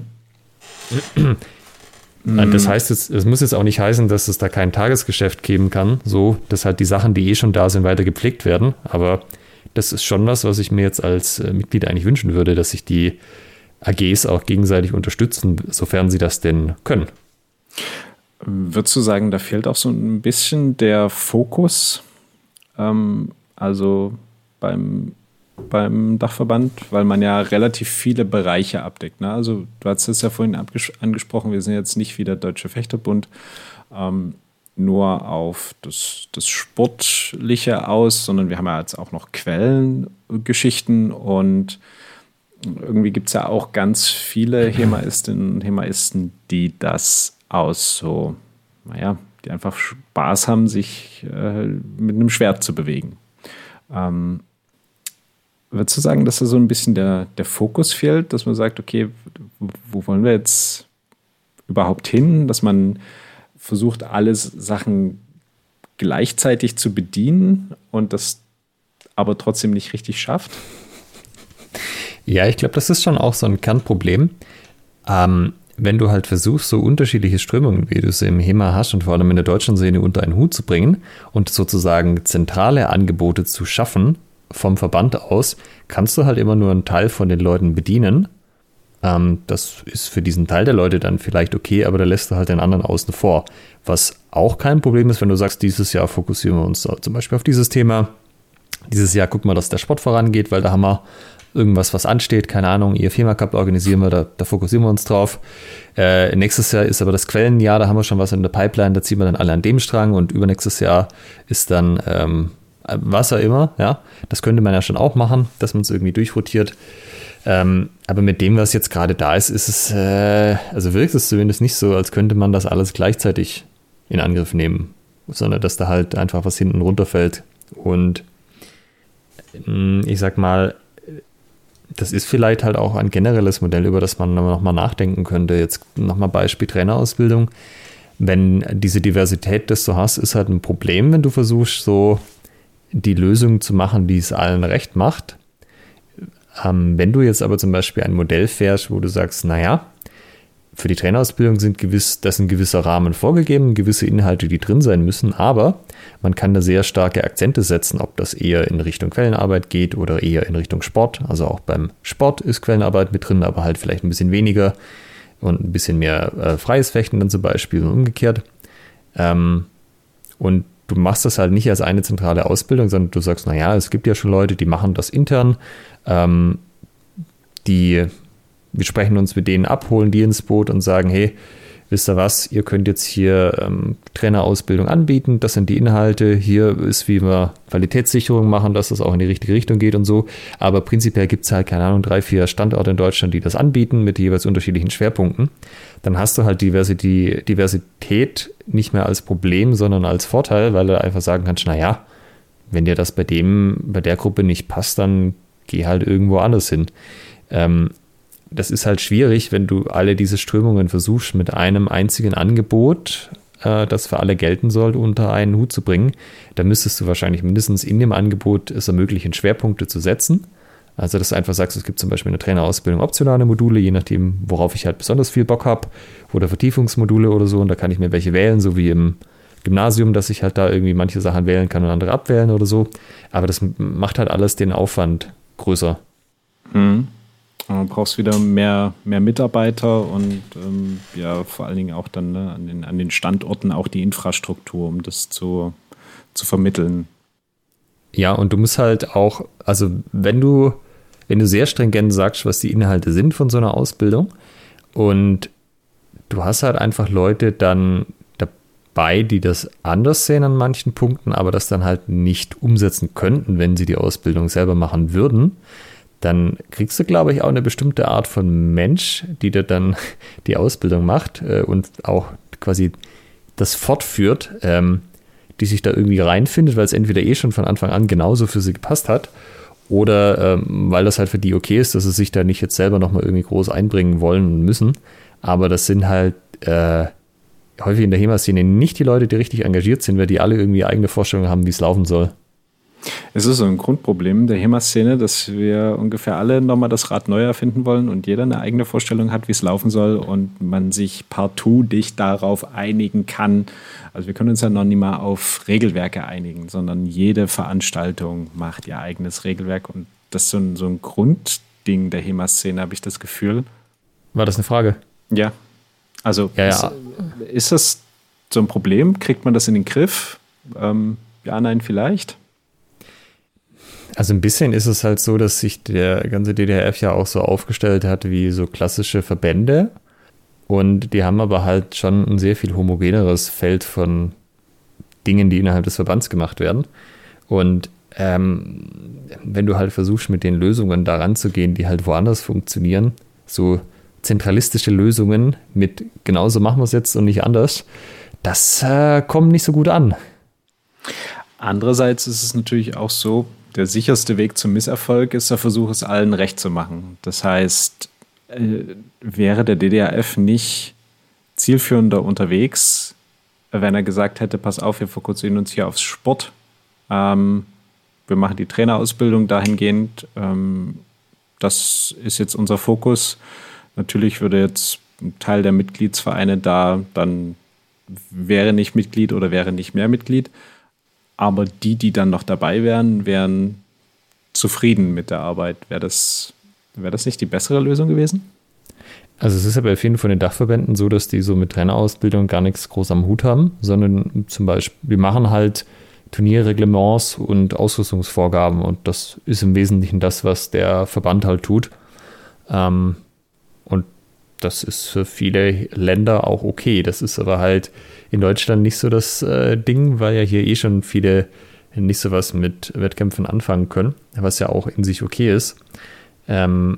Das heißt, es, es muss jetzt auch nicht heißen, dass es da kein Tagesgeschäft geben kann, so, dass halt die Sachen, die eh schon da sind, weiter gepflegt werden. Aber das ist schon was, was ich mir jetzt als äh, Mitglied eigentlich wünschen würde, dass sich die A Gs auch gegenseitig unterstützen, sofern sie das denn können. Würdest du sagen, da fehlt auch so ein bisschen der Fokus, ähm, also beim beim Dachverband, weil man ja relativ viele Bereiche abdeckt. Ne? Also du hast es ja vorhin angesprochen, wir sind jetzt nicht wie der Deutsche Fechterbund ähm, nur auf das, das Sportliche aus, sondern wir haben ja jetzt auch noch Quellengeschichten und irgendwie gibt es ja auch ganz viele Hemaistinnen und Hemaisten, die das aus so, naja, die einfach Spaß haben, sich äh, mit einem Schwert zu bewegen. Ähm, Würdest du sagen, dass da so ein bisschen der, der Fokus fehlt, dass man sagt, okay, wo wollen wir jetzt überhaupt hin, dass man versucht, alle Sachen gleichzeitig zu bedienen und das aber trotzdem nicht richtig schafft? Ja, ich glaube, das ist schon auch so ein Kernproblem. Ähm, wenn du halt versuchst, so unterschiedliche Strömungen, wie du es im HEMA hast und vor allem in der deutschen Szene unter einen Hut zu bringen und sozusagen zentrale Angebote zu schaffen vom Verband aus, kannst du halt immer nur einen Teil von den Leuten bedienen. Ähm, das ist für diesen Teil der Leute dann vielleicht okay, aber da lässt du halt den anderen außen vor. Was auch kein Problem ist, wenn du sagst, dieses Jahr fokussieren wir uns zum Beispiel auf dieses Thema. Dieses Jahr gucken wir, dass der Sport vorangeht, weil da haben wir irgendwas, was ansteht, keine Ahnung, I F HEMA Cup organisieren wir, da, da fokussieren wir uns drauf. Äh, nächstes Jahr ist aber das Quellenjahr, da haben wir schon was in der Pipeline, da ziehen wir dann alle an dem Strang und übernächstes Jahr ist dann ähm, was auch immer, ja, das könnte man ja schon auch machen, dass man es irgendwie durchrotiert. Ähm, aber mit dem, was jetzt gerade da ist, ist es, äh, also wirkt es zumindest nicht so, als könnte man das alles gleichzeitig in Angriff nehmen, sondern dass da halt einfach was hinten runterfällt. Und ich sag mal, das ist vielleicht halt auch ein generelles Modell, über das man nochmal nachdenken könnte. Jetzt nochmal Beispiel Trainerausbildung. Wenn diese Diversität, das du hast, ist halt ein Problem, wenn du versuchst, so die Lösung zu machen, die es allen recht macht. Ähm, wenn du jetzt aber zum Beispiel ein Modell fährst, wo du sagst, naja, für die Trainerausbildung sind gewiss, das ist ein gewisser Rahmen vorgegeben, gewisse Inhalte, die drin sein müssen, aber man kann da sehr starke Akzente setzen, ob das eher in Richtung Quellenarbeit geht oder eher in Richtung Sport. Also auch beim Sport ist Quellenarbeit mit drin, aber halt vielleicht ein bisschen weniger und ein bisschen mehr äh, freies Fechten dann zum Beispiel und umgekehrt. Ähm, und du machst das halt nicht als eine zentrale Ausbildung, sondern du sagst, naja, es gibt ja schon Leute, die machen das intern, ähm, die wir sprechen uns mit denen ab, holen die ins Boot und sagen, hey, wisst ihr was, ihr könnt jetzt hier ähm, Trainerausbildung anbieten, das sind die Inhalte, hier ist, wie wir Qualitätssicherung machen, dass das auch in die richtige Richtung geht und so, aber prinzipiell gibt es halt, keine Ahnung, drei, vier Standorte in Deutschland, die das anbieten mit jeweils unterschiedlichen Schwerpunkten. Dann hast du halt Diversität, Diversität nicht mehr als Problem, sondern als Vorteil, weil du einfach sagen kannst, naja, wenn dir das bei dem, bei der Gruppe nicht passt, dann geh halt irgendwo anders hin. Ähm, Das ist halt schwierig, wenn du alle diese Strömungen versuchst, mit einem einzigen Angebot, äh, das für alle gelten soll, unter einen Hut zu bringen. Da müsstest du wahrscheinlich mindestens in dem Angebot es ermöglichen, Schwerpunkte zu setzen. Also, dass du einfach sagst, es gibt zum Beispiel eine Trainerausbildung optionale Module, je nachdem, worauf ich halt besonders viel Bock habe, oder Vertiefungsmodule oder so. Und da kann ich mir welche wählen, so wie im Gymnasium, dass ich halt da irgendwie manche Sachen wählen kann und andere abwählen oder so. Aber das macht halt alles den Aufwand größer. Hm. Du brauchst wieder mehr, mehr Mitarbeiter und ähm, ja, vor allen Dingen auch dann ne, an, den, an den Standorten auch die Infrastruktur, um das zu, zu vermitteln. Ja, und du musst halt auch, also wenn du, wenn du sehr stringent sagst, was die Inhalte sind von so einer Ausbildung und du hast halt einfach Leute dann dabei, die das anders sehen an manchen Punkten, aber das dann halt nicht umsetzen könnten, wenn sie die Ausbildung selber machen würden, dann kriegst du, glaube ich, auch eine bestimmte Art von Mensch, die dir dann die Ausbildung macht äh, und auch quasi das fortführt, ähm, die sich da irgendwie reinfindet, weil es entweder eh schon von Anfang an genauso für sie gepasst hat oder ähm, weil das halt für die okay ist, dass sie sich da nicht jetzt selber nochmal irgendwie groß einbringen wollen und müssen. Aber das sind halt äh, häufig in der HEMA-Szene nicht die Leute, die richtig engagiert sind, weil die alle irgendwie eigene Vorstellungen haben, wie es laufen soll. Es ist so ein Grundproblem der HEMA-Szene, dass wir ungefähr alle nochmal das Rad neu erfinden wollen und jeder eine eigene Vorstellung hat, wie es laufen soll und man sich partout nicht darauf einigen kann. Also wir können uns ja noch nicht mal auf Regelwerke einigen, sondern jede Veranstaltung macht ihr eigenes Regelwerk und das ist so ein, so ein Grundding der HEMA-Szene, habe ich das Gefühl. War das eine Frage? Ja. Also ja, ist, ja. ist das so ein Problem? Kriegt man das in den Griff? Ähm, ja, nein, vielleicht? Also ein bisschen ist es halt so, dass sich der ganze D D R F ja auch so aufgestellt hat wie so klassische Verbände und die haben aber halt schon ein sehr viel homogeneres Feld von Dingen, die innerhalb des Verbands gemacht werden und ähm, wenn du halt versuchst, mit den Lösungen daran zu gehen, die halt woanders funktionieren, so zentralistische Lösungen mit genauso machen wir es jetzt und nicht anders, das äh, kommt nicht so gut an. Andererseits ist es natürlich auch so, der sicherste Weg zum Misserfolg ist der Versuch, es allen recht zu machen. Das heißt, äh, wäre der D D R F nicht zielführender unterwegs, wenn er gesagt hätte, pass auf, wir fokussieren uns hier aufs Sport. Ähm, wir machen die Trainerausbildung dahingehend. Ähm, das ist jetzt unser Fokus. Natürlich würde jetzt ein Teil der Mitgliedsvereine da dann wäre nicht Mitglied oder wäre nicht mehr Mitglied. Aber die, die dann noch dabei wären, wären zufrieden mit der Arbeit. Wäre das, wäre das nicht die bessere Lösung gewesen? Also es ist ja bei vielen von den Dachverbänden so, dass die so mit Trainerausbildung gar nichts groß am Hut haben, sondern zum Beispiel, wir machen halt Turnierreglements und Ausrüstungsvorgaben und das ist im Wesentlichen das, was der Verband halt tut. Ähm, und das ist für viele Länder auch okay. Das ist aber halt in Deutschland nicht so das äh, Ding, weil ja hier eh schon viele nicht so was mit Wettkämpfen anfangen können, was ja auch in sich okay ist. Ähm,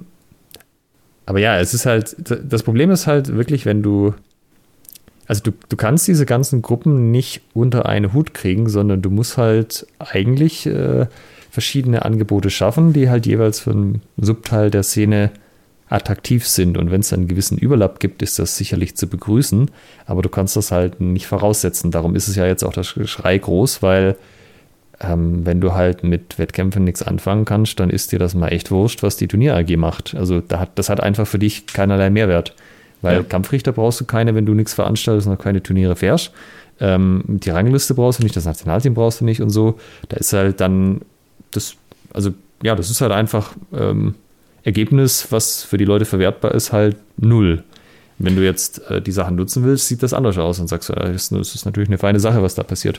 aber ja, es ist halt, das Problem ist halt wirklich, wenn du, also du, du kannst diese ganzen Gruppen nicht unter einen Hut kriegen, sondern du musst halt eigentlich äh, verschiedene Angebote schaffen, die halt jeweils für einen Subteil der Szene attraktiv sind. Und wenn es einen gewissen Überlapp gibt, ist das sicherlich zu begrüßen, aber du kannst das halt nicht voraussetzen. Darum ist es ja jetzt auch das Schrei groß, weil ähm, wenn du halt mit Wettkämpfen nichts anfangen kannst, dann ist dir das mal echt wurscht, was die Turnier-A G macht. Also da hat, das hat einfach für dich keinerlei Mehrwert. Weil ja. Kampfrichter brauchst du keine, wenn du nichts veranstaltest und noch keine Turniere fährst. Ähm, die Rangliste brauchst du nicht, das Nationalteam brauchst du nicht und so. Da ist halt dann das, also ja, das ist halt einfach ähm, Ergebnis, was für die Leute verwertbar ist, halt null. Wenn du jetzt äh, die Sachen nutzen willst, sieht das anders aus und sagst, das ist, das ist natürlich eine feine Sache, was da passiert.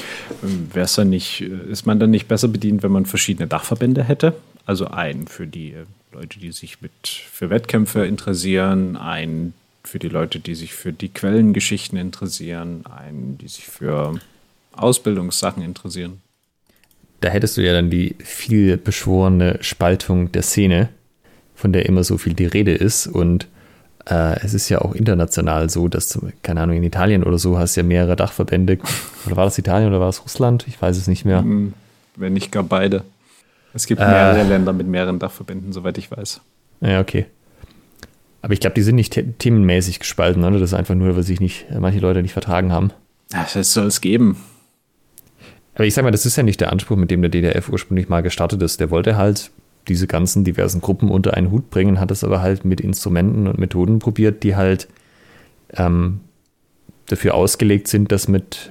Wär's dann nicht, ist man dann nicht besser bedient, wenn man verschiedene Dachverbände hätte? Also einen für die Leute, die sich mit für Wettkämpfe interessieren, einen für die Leute, die sich für die Quellengeschichten interessieren, einen, die sich für Ausbildungssachen interessieren. Da hättest du ja dann die viel beschworene Spaltung der Szene, von der immer so viel die Rede ist. Und äh, es ist ja auch international so, dass, keine Ahnung, in Italien oder so hast du ja mehrere Dachverbände. Oder war das Italien oder war das Russland? Ich weiß es nicht mehr. Wenn nicht gar beide. Es gibt mehrere äh, Länder mit mehreren Dachverbänden, soweit ich weiß. Ja, okay. Aber ich glaube, die sind nicht the- themenmäßig gespalten, oder? Das ist einfach nur, weil sich nicht manche Leute nicht vertragen haben. Das soll es geben. Aber ich sag mal, das ist ja nicht der Anspruch, mit dem der D D R F ursprünglich mal gestartet ist. Der wollte halt diese ganzen diversen Gruppen unter einen Hut bringen, hat es aber halt mit Instrumenten und Methoden probiert, die halt ähm, dafür ausgelegt sind, das mit,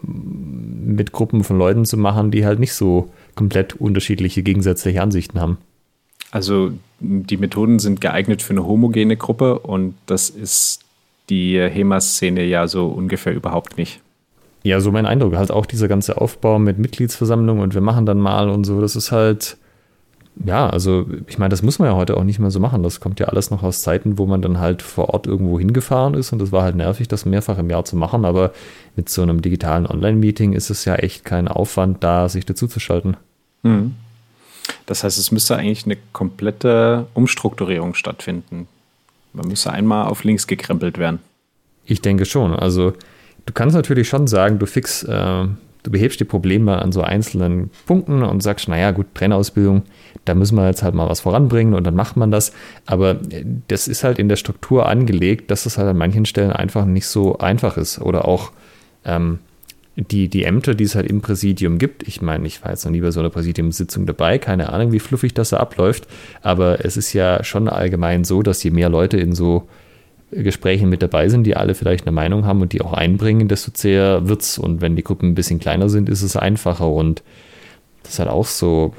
mit Gruppen von Leuten zu machen, die halt nicht so komplett unterschiedliche, gegensätzliche Ansichten haben. Also die Methoden sind geeignet für eine homogene Gruppe und das ist die HEMA-Szene ja so ungefähr überhaupt nicht. Ja, so mein Eindruck. Halt auch dieser ganze Aufbau mit Mitgliedsversammlungen und wir machen dann mal und so, das ist halt, ja, also ich meine, das muss man ja heute auch nicht mehr so machen. Das kommt ja alles noch aus Zeiten, wo man dann halt vor Ort irgendwo hingefahren ist und das war halt nervig, das mehrfach im Jahr zu machen, aber mit so einem digitalen Online-Meeting ist es ja echt kein Aufwand, da sich dazuzuschalten. Mhm. Das heißt, es müsste eigentlich eine komplette Umstrukturierung stattfinden. Man müsste einmal auf links gekrempelt werden. Ich denke schon. Also du kannst natürlich schon sagen, du fix, äh, du behebst die Probleme an so einzelnen Punkten und sagst, naja gut, Trainerausbildung, da müssen wir jetzt halt mal was voranbringen und dann macht man das. Aber das ist halt in der Struktur angelegt, dass das halt an manchen Stellen einfach nicht so einfach ist. Oder auch ähm, die, die Ämter, die es halt im Präsidium gibt. Ich meine, ich war jetzt noch nie bei so einer Präsidiumssitzung dabei, keine Ahnung, wie fluffig das da abläuft. Aber es ist ja schon allgemein so, dass je mehr Leute in so Gesprächen mit dabei sind, die alle vielleicht eine Meinung haben und die auch einbringen, desto zäher wird's. Und wenn die Gruppen ein bisschen kleiner sind, ist es einfacher. Und das ist halt auch so,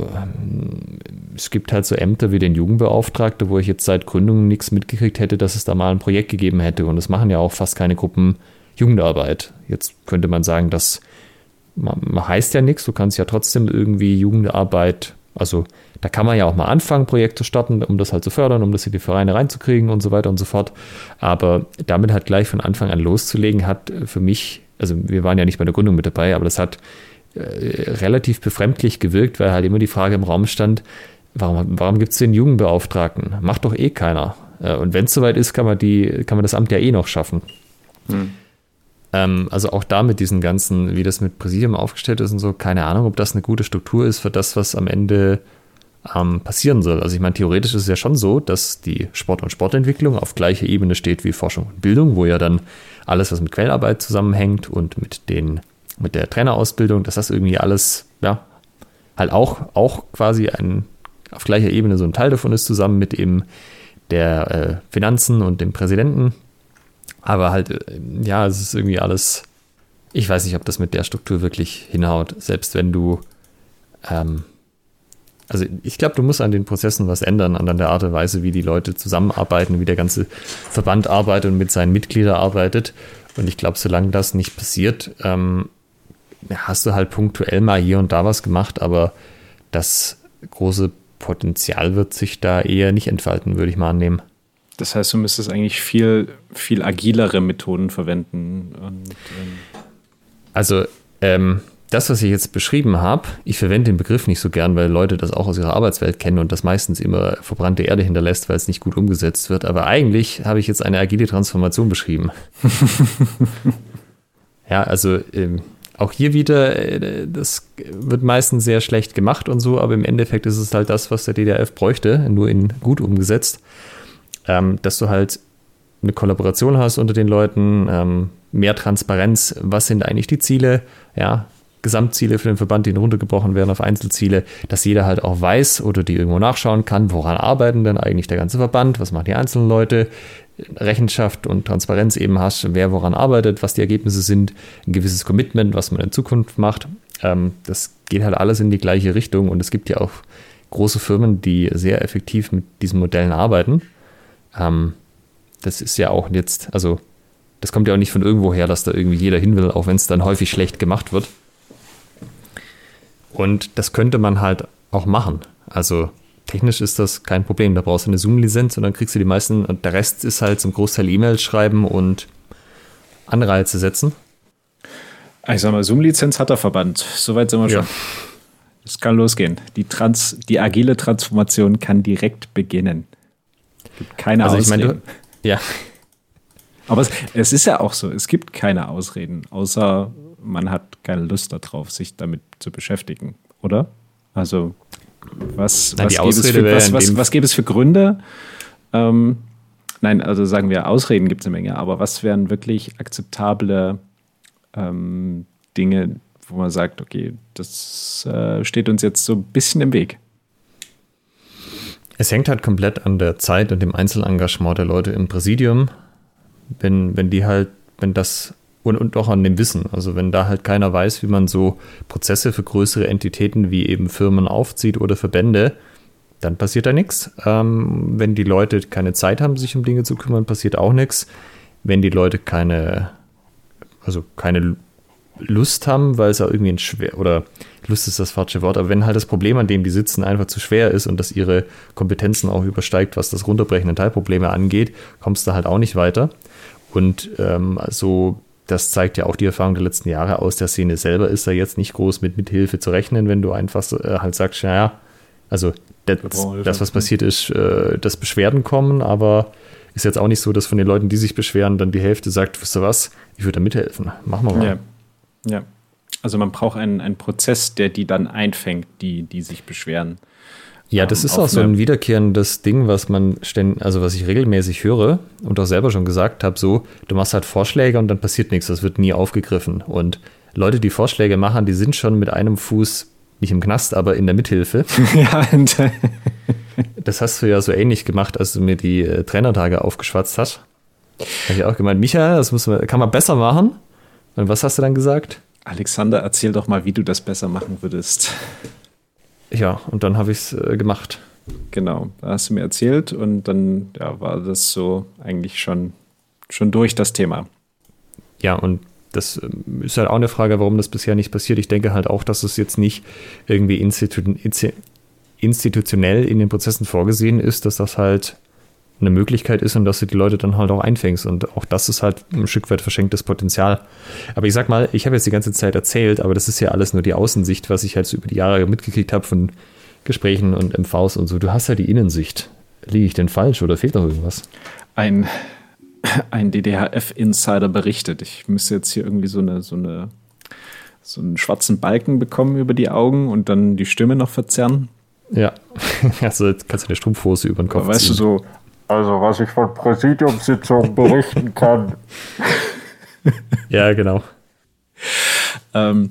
es gibt halt so Ämter wie den Jugendbeauftragten, wo ich jetzt seit Gründung nichts mitgekriegt hätte, dass es da mal ein Projekt gegeben hätte. Und es machen ja auch fast keine Gruppen Jugendarbeit. Jetzt könnte man sagen, das man heißt ja nichts, du kannst ja trotzdem irgendwie Jugendarbeit, also da kann man ja auch mal anfangen, Projekte zu starten, um das halt zu fördern, um das in die Vereine reinzukriegen und so weiter und so fort. Aber damit halt gleich von Anfang an loszulegen, hat für mich, also wir waren ja nicht bei der Gründung mit dabei, aber das hat äh, relativ befremdlich gewirkt, weil halt immer die Frage im Raum stand, warum, warum gibt es den Jugendbeauftragten? Macht doch eh keiner. Äh, und wenn es soweit ist, kann man, die, kann man das Amt ja eh noch schaffen. Hm. Ähm, also auch da mit diesen ganzen, wie das mit Präsidium aufgestellt ist und so, keine Ahnung, ob das eine gute Struktur ist für das, was am Ende ähm, passieren soll. Also ich meine, theoretisch ist es ja schon so, dass die Sport- und Sportentwicklung auf gleicher Ebene steht wie Forschung und Bildung, wo ja dann alles, was mit Quellenarbeit zusammenhängt und mit den, mit der Trainerausbildung, dass das irgendwie alles, ja, halt auch, auch quasi ein, auf gleicher Ebene so ein Teil davon ist, zusammen mit eben der äh, Finanzen und dem Präsidenten. Aber halt, äh, ja, es ist irgendwie alles, ich weiß nicht, ob das mit der Struktur wirklich hinhaut, selbst wenn du, ähm, also ich glaube, du musst an den Prozessen was ändern, an der Art und Weise, wie die Leute zusammenarbeiten, wie der ganze Verband arbeitet und mit seinen Mitgliedern arbeitet. Und ich glaube, solange das nicht passiert, ähm, hast du halt punktuell mal hier und da was gemacht, aber das große Potenzial wird sich da eher nicht entfalten, würde ich mal annehmen. Das heißt, du müsstest eigentlich viel, viel agilere Methoden verwenden. Und, ähm also, ähm, das, was ich jetzt beschrieben habe, ich verwende den Begriff nicht so gern, weil Leute das auch aus ihrer Arbeitswelt kennen und das meistens immer verbrannte Erde hinterlässt, weil es nicht gut umgesetzt wird. Aber eigentlich habe ich jetzt eine agile Transformation beschrieben. Ja, also ähm, auch hier wieder, äh, das wird meistens sehr schlecht gemacht und so, aber im Endeffekt ist es halt das, was der D D R F bräuchte, nur in gut umgesetzt. Ähm, dass du halt eine Kollaboration hast unter den Leuten, ähm, mehr Transparenz, was sind eigentlich die Ziele, ja, Gesamtziele für den Verband, die runtergebrochen werden auf Einzelziele, dass jeder halt auch weiß oder die irgendwo nachschauen kann, woran arbeiten denn eigentlich der ganze Verband, was machen die einzelnen Leute, Rechenschaft und Transparenz eben hast, wer woran arbeitet, was die Ergebnisse sind, ein gewisses Commitment, was man in Zukunft macht. Ähm, das geht halt alles in die gleiche Richtung und es gibt ja auch große Firmen, die sehr effektiv mit diesen Modellen arbeiten. Ähm, das ist ja auch jetzt, also das kommt ja auch nicht von irgendwo her, dass da irgendwie jeder hin will, auch wenn es dann häufig schlecht gemacht wird. Und das könnte man halt auch machen. Also technisch ist das kein Problem. Da brauchst du eine Zoom-Lizenz und dann kriegst du die meisten. Und der Rest ist halt zum Großteil E-Mails schreiben und Anreize setzen. Ich sag mal, Zoom-Lizenz hat der Verband. Soweit sind wir schon. Es kann losgehen. Die, Trans, die agile Transformation kann direkt beginnen. Gibt keine also Ausreden. Ich meine, du, ja. Aber es, es ist ja auch so, es gibt keine Ausreden, außer man hat keine Lust darauf, sich damit zu beschäftigen, oder? Also was, Nein, was, die gäbe, es für, was, was, was gäbe es für Gründe? Ähm, nein, also sagen wir, Ausreden gibt es eine Menge, aber was wären wirklich akzeptable ähm, Dinge, wo man sagt, okay, das äh, steht uns jetzt so ein bisschen im Weg? Es hängt halt komplett an der Zeit und dem Einzelengagement der Leute im Präsidium. Wenn, wenn die halt, wenn das und, und auch an dem Wissen, also wenn da halt keiner weiß, wie man so Prozesse für größere Entitäten wie eben Firmen aufzieht oder Verbände, dann passiert da nichts. Ähm, wenn die Leute keine Zeit haben, sich um Dinge zu kümmern, passiert auch nichts. Wenn die Leute keine, also keine Lust haben, weil es ja irgendwie ein schwer, oder Lust ist das falsche Wort, aber wenn halt das Problem, an dem die sitzen, einfach zu schwer ist und dass ihre Kompetenzen auch übersteigt, was das Runterbrechen der Teilprobleme angeht, kommst du halt auch nicht weiter. Und ähm, also das zeigt ja auch die Erfahrung der letzten Jahre aus der Szene selber, ist da jetzt nicht groß mit Mithilfe zu rechnen, wenn du einfach äh, halt sagst, naja, also das, das, was passiert ist, äh, dass Beschwerden kommen, aber ist jetzt auch nicht so, dass von den Leuten, die sich beschweren, dann die Hälfte sagt, wisst ihr was, ich würde da mithelfen, machen wir mal. Ja, ja. Also man braucht einen, einen Prozess, der die dann einfängt, die, die sich beschweren. Ja, das ist auch so ein wiederkehrendes Ding, was man ständig, also was ich regelmäßig höre und auch selber schon gesagt habe, so, du machst halt Vorschläge und dann passiert nichts, das wird nie aufgegriffen. Und Leute, die Vorschläge machen, die sind schon mit einem Fuß, nicht im Knast, aber in der Mithilfe. Ja, und das hast du ja so ähnlich gemacht, als du mir die äh, Trainertage aufgeschwatzt hast. Habe ich auch gemeint, Michael, das muss man, kann man besser machen. Und was hast du dann gesagt? Alexander, erzähl doch mal, wie du das besser machen würdest. Ja, und dann habe ich es äh, gemacht. Genau, da hast du mir erzählt und dann ja, war das so eigentlich schon, schon durch das Thema. Ja, und das ist halt auch eine Frage, warum das bisher nicht passiert. Ich denke halt auch, dass es jetzt nicht irgendwie institu- institutionell in den Prozessen vorgesehen ist, dass das halt eine Möglichkeit ist und dass du die Leute dann halt auch einfängst. Und auch das ist halt ein Stück weit verschenktes Potenzial. Aber ich sag mal, ich habe jetzt die ganze Zeit erzählt, aber das ist ja alles nur die Außensicht, was ich halt so über die Jahre mitgekriegt habe von Gesprächen und M Vs und so. Du hast ja die Innensicht. Liege ich denn falsch oder fehlt noch irgendwas? Ein, ein D D H F-Insider berichtet. Ich müsste jetzt hier irgendwie so eine, so eine so einen schwarzen Balken bekommen über die Augen und dann die Stimme noch verzerren. Ja, also jetzt kannst du eine Strumpfhose über den Kopf weißt ziehen. du so, also was ich von Präsidiumssitzungen berichten kann. Ja, genau. Ähm,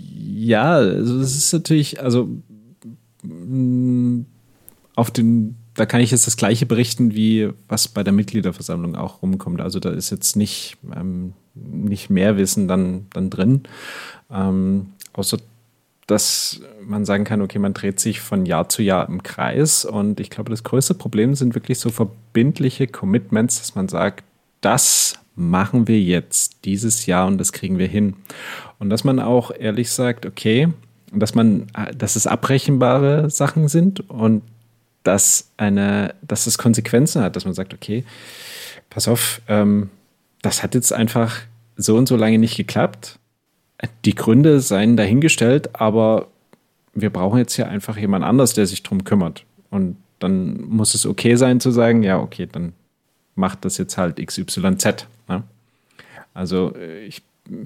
ja, also es ist natürlich, also mh, auf den da kann ich jetzt das Gleiche berichten, wie was bei der Mitgliederversammlung auch rumkommt. Also da ist jetzt nicht, ähm, nicht mehr Wissen dann, dann drin. Ähm, außer, dass man sagen kann, okay, man dreht sich von Jahr zu Jahr im Kreis. Und ich glaube, das größte Problem sind wirklich so verbindliche Commitments, dass man sagt, das machen wir jetzt dieses Jahr und das kriegen wir hin. Und dass man auch ehrlich sagt, okay, dass man, dass es abrechenbare Sachen sind und dass eine, dass es Konsequenzen hat, dass man sagt, okay, pass auf, ähm, das hat jetzt einfach so und so lange nicht geklappt. Die Gründe seien dahingestellt, aber wir brauchen jetzt hier einfach jemand anders, der sich drum kümmert. Und dann muss es okay sein zu sagen, ja, okay, dann macht das jetzt halt X Y Z. Ne? Also ich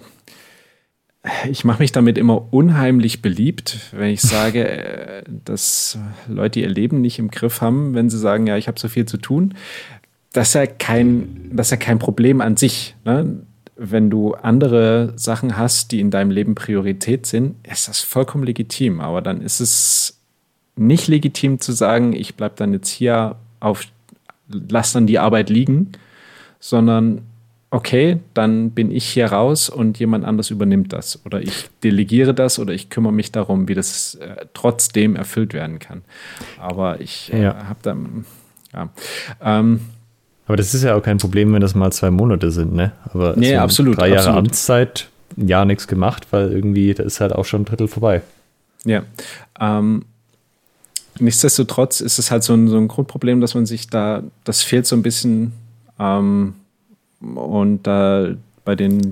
Ich mache mich damit immer unheimlich beliebt, wenn ich sage, dass Leute ihr Leben nicht im Griff haben, wenn sie sagen, ja, ich habe so viel zu tun. Das ist ja kein, das ist ja kein Problem an sich. Ne? Wenn du andere Sachen hast, die in deinem Leben Priorität sind, ist das vollkommen legitim. Aber dann ist es nicht legitim zu sagen, ich bleibe dann jetzt hier auf, lass dann die Arbeit liegen, sondern okay, dann bin ich hier raus und jemand anders übernimmt das. Oder ich delegiere das oder ich kümmere mich darum, wie das äh, trotzdem erfüllt werden kann. Aber ich äh, ja. habe da, ja. Ähm, Aber das ist ja auch kein Problem, wenn das mal zwei Monate sind, ne? Aber nee, so absolut, drei Jahre absolut. Amtszeit, ein Jahr nichts gemacht, weil irgendwie, da ist halt auch schon ein Drittel vorbei. Ja. Ähm, nichtsdestotrotz ist es halt so ein, so ein Grundproblem, dass man sich da, das fehlt so ein bisschen, ähm, und da bei den,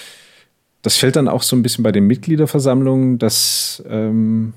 das fällt dann auch so ein bisschen bei den Mitgliederversammlungen, dass ähm,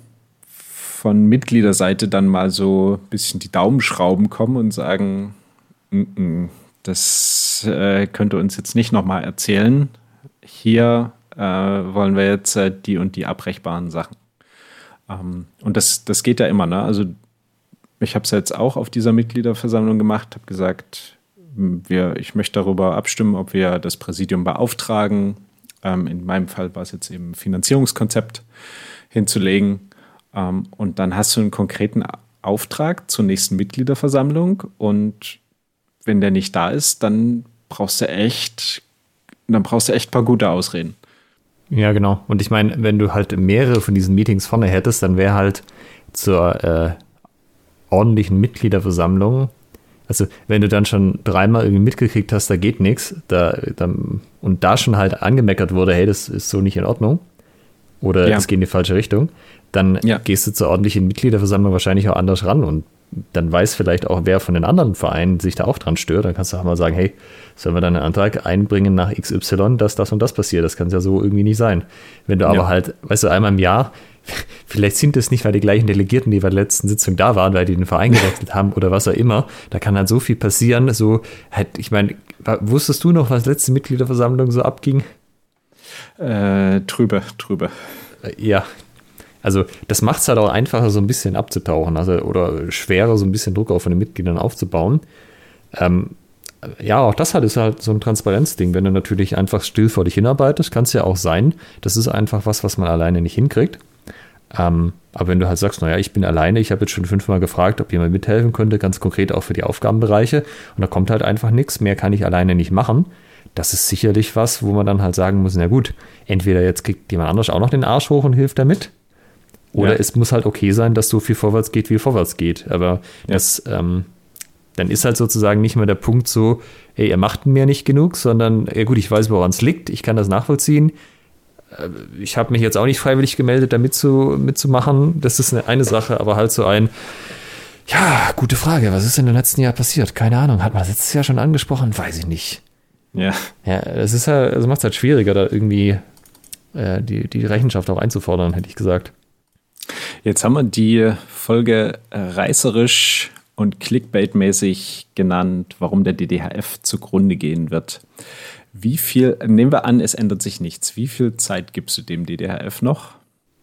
von Mitgliederseite dann mal so ein bisschen die Daumenschrauben kommen und sagen, N-n, das äh, könnt ihr uns jetzt nicht nochmal erzählen. Hier äh, wollen wir jetzt äh, die und die abbrechbaren Sachen. Ähm, und das, das geht ja immer, ne? Also ich habe es jetzt auch auf dieser Mitgliederversammlung gemacht, habe gesagt, Wir, ich möchte darüber abstimmen, ob wir das Präsidium beauftragen. Ähm, in meinem Fall war es jetzt eben ein Finanzierungskonzept hinzulegen. Ähm, und dann hast du einen konkreten Auftrag zur nächsten Mitgliederversammlung. Und wenn der nicht da ist, dann brauchst du echt, dann brauchst du echt ein paar gute Ausreden. Ja, genau. Und ich meine, wenn du halt mehrere von diesen Meetings vorne hättest, dann wäre halt zur äh, ordentlichen Mitgliederversammlung, also wenn du dann schon dreimal irgendwie mitgekriegt hast, da geht nichts, da, dann, und da schon halt angemeckert wurde, hey, das ist so nicht in Ordnung oder ja. das geht in die falsche Richtung, dann ja. gehst du zur ordentlichen Mitgliederversammlung wahrscheinlich auch anders ran und dann weiß vielleicht auch, wer von den anderen Vereinen sich da auch dran stört. Dann kannst du auch mal sagen, hey, sollen wir dann einen Antrag einbringen nach X Y, dass das und das passiert. Das kann es ja so irgendwie nicht sein. Wenn du ja. aber halt, weißt du, einmal im Jahr, vielleicht sind es nicht, weil die gleichen Delegierten, die bei der letzten Sitzung da waren, weil die den Verein gewechselt haben oder was auch immer. Da kann halt so viel passieren. So, halt, ich meine, wusstest du noch, was letzte Mitgliederversammlung so abging? Äh, trübe, trübe. Ja, also das macht es halt auch einfacher, so ein bisschen abzutauchen, also oder schwerer, so ein bisschen Druck auf von den Mitgliedern aufzubauen. Ähm, ja, auch das halt ist halt so ein Transparenzding. Wenn du natürlich einfach still vor dich hinarbeitest, kann es ja auch sein, das ist einfach was, was man alleine nicht hinkriegt. Ähm, aber wenn du halt sagst, naja, ich bin alleine, ich habe jetzt schon fünfmal gefragt, ob jemand mithelfen könnte, ganz konkret auch für die Aufgabenbereiche, und da kommt halt einfach nichts, mehr kann ich alleine nicht machen. Das ist sicherlich was, wo man dann halt sagen muss, na gut, entweder jetzt kriegt jemand anders auch noch den Arsch hoch und hilft damit, oder ja. es muss halt okay sein, dass so viel vorwärts geht, wie vorwärts geht. Aber ja. das, ähm, dann ist halt sozusagen nicht mehr der Punkt so, ey, ihr macht mir nicht genug, sondern, ja gut, ich weiß, woran es liegt, ich kann das nachvollziehen. Ich habe mich jetzt auch nicht freiwillig gemeldet, da mitzu, mitzumachen. Das ist eine, eine Sache, aber halt so ein, ja, gute Frage, was ist in den letzten Jahr passiert? Keine Ahnung, hat man das letztes Jahr schon angesprochen? Weiß ich nicht. Ja. Ja, das ist halt, das macht es halt schwieriger, da irgendwie äh, die, die Rechenschaft auch einzufordern, hätte ich gesagt. Jetzt haben wir die Folge reißerisch und Clickbait-mäßig genannt, warum der D D H F zugrunde gehen wird. Wie viel, nehmen wir an, es ändert sich nichts. Wie viel Zeit gibst du dem D D H F noch?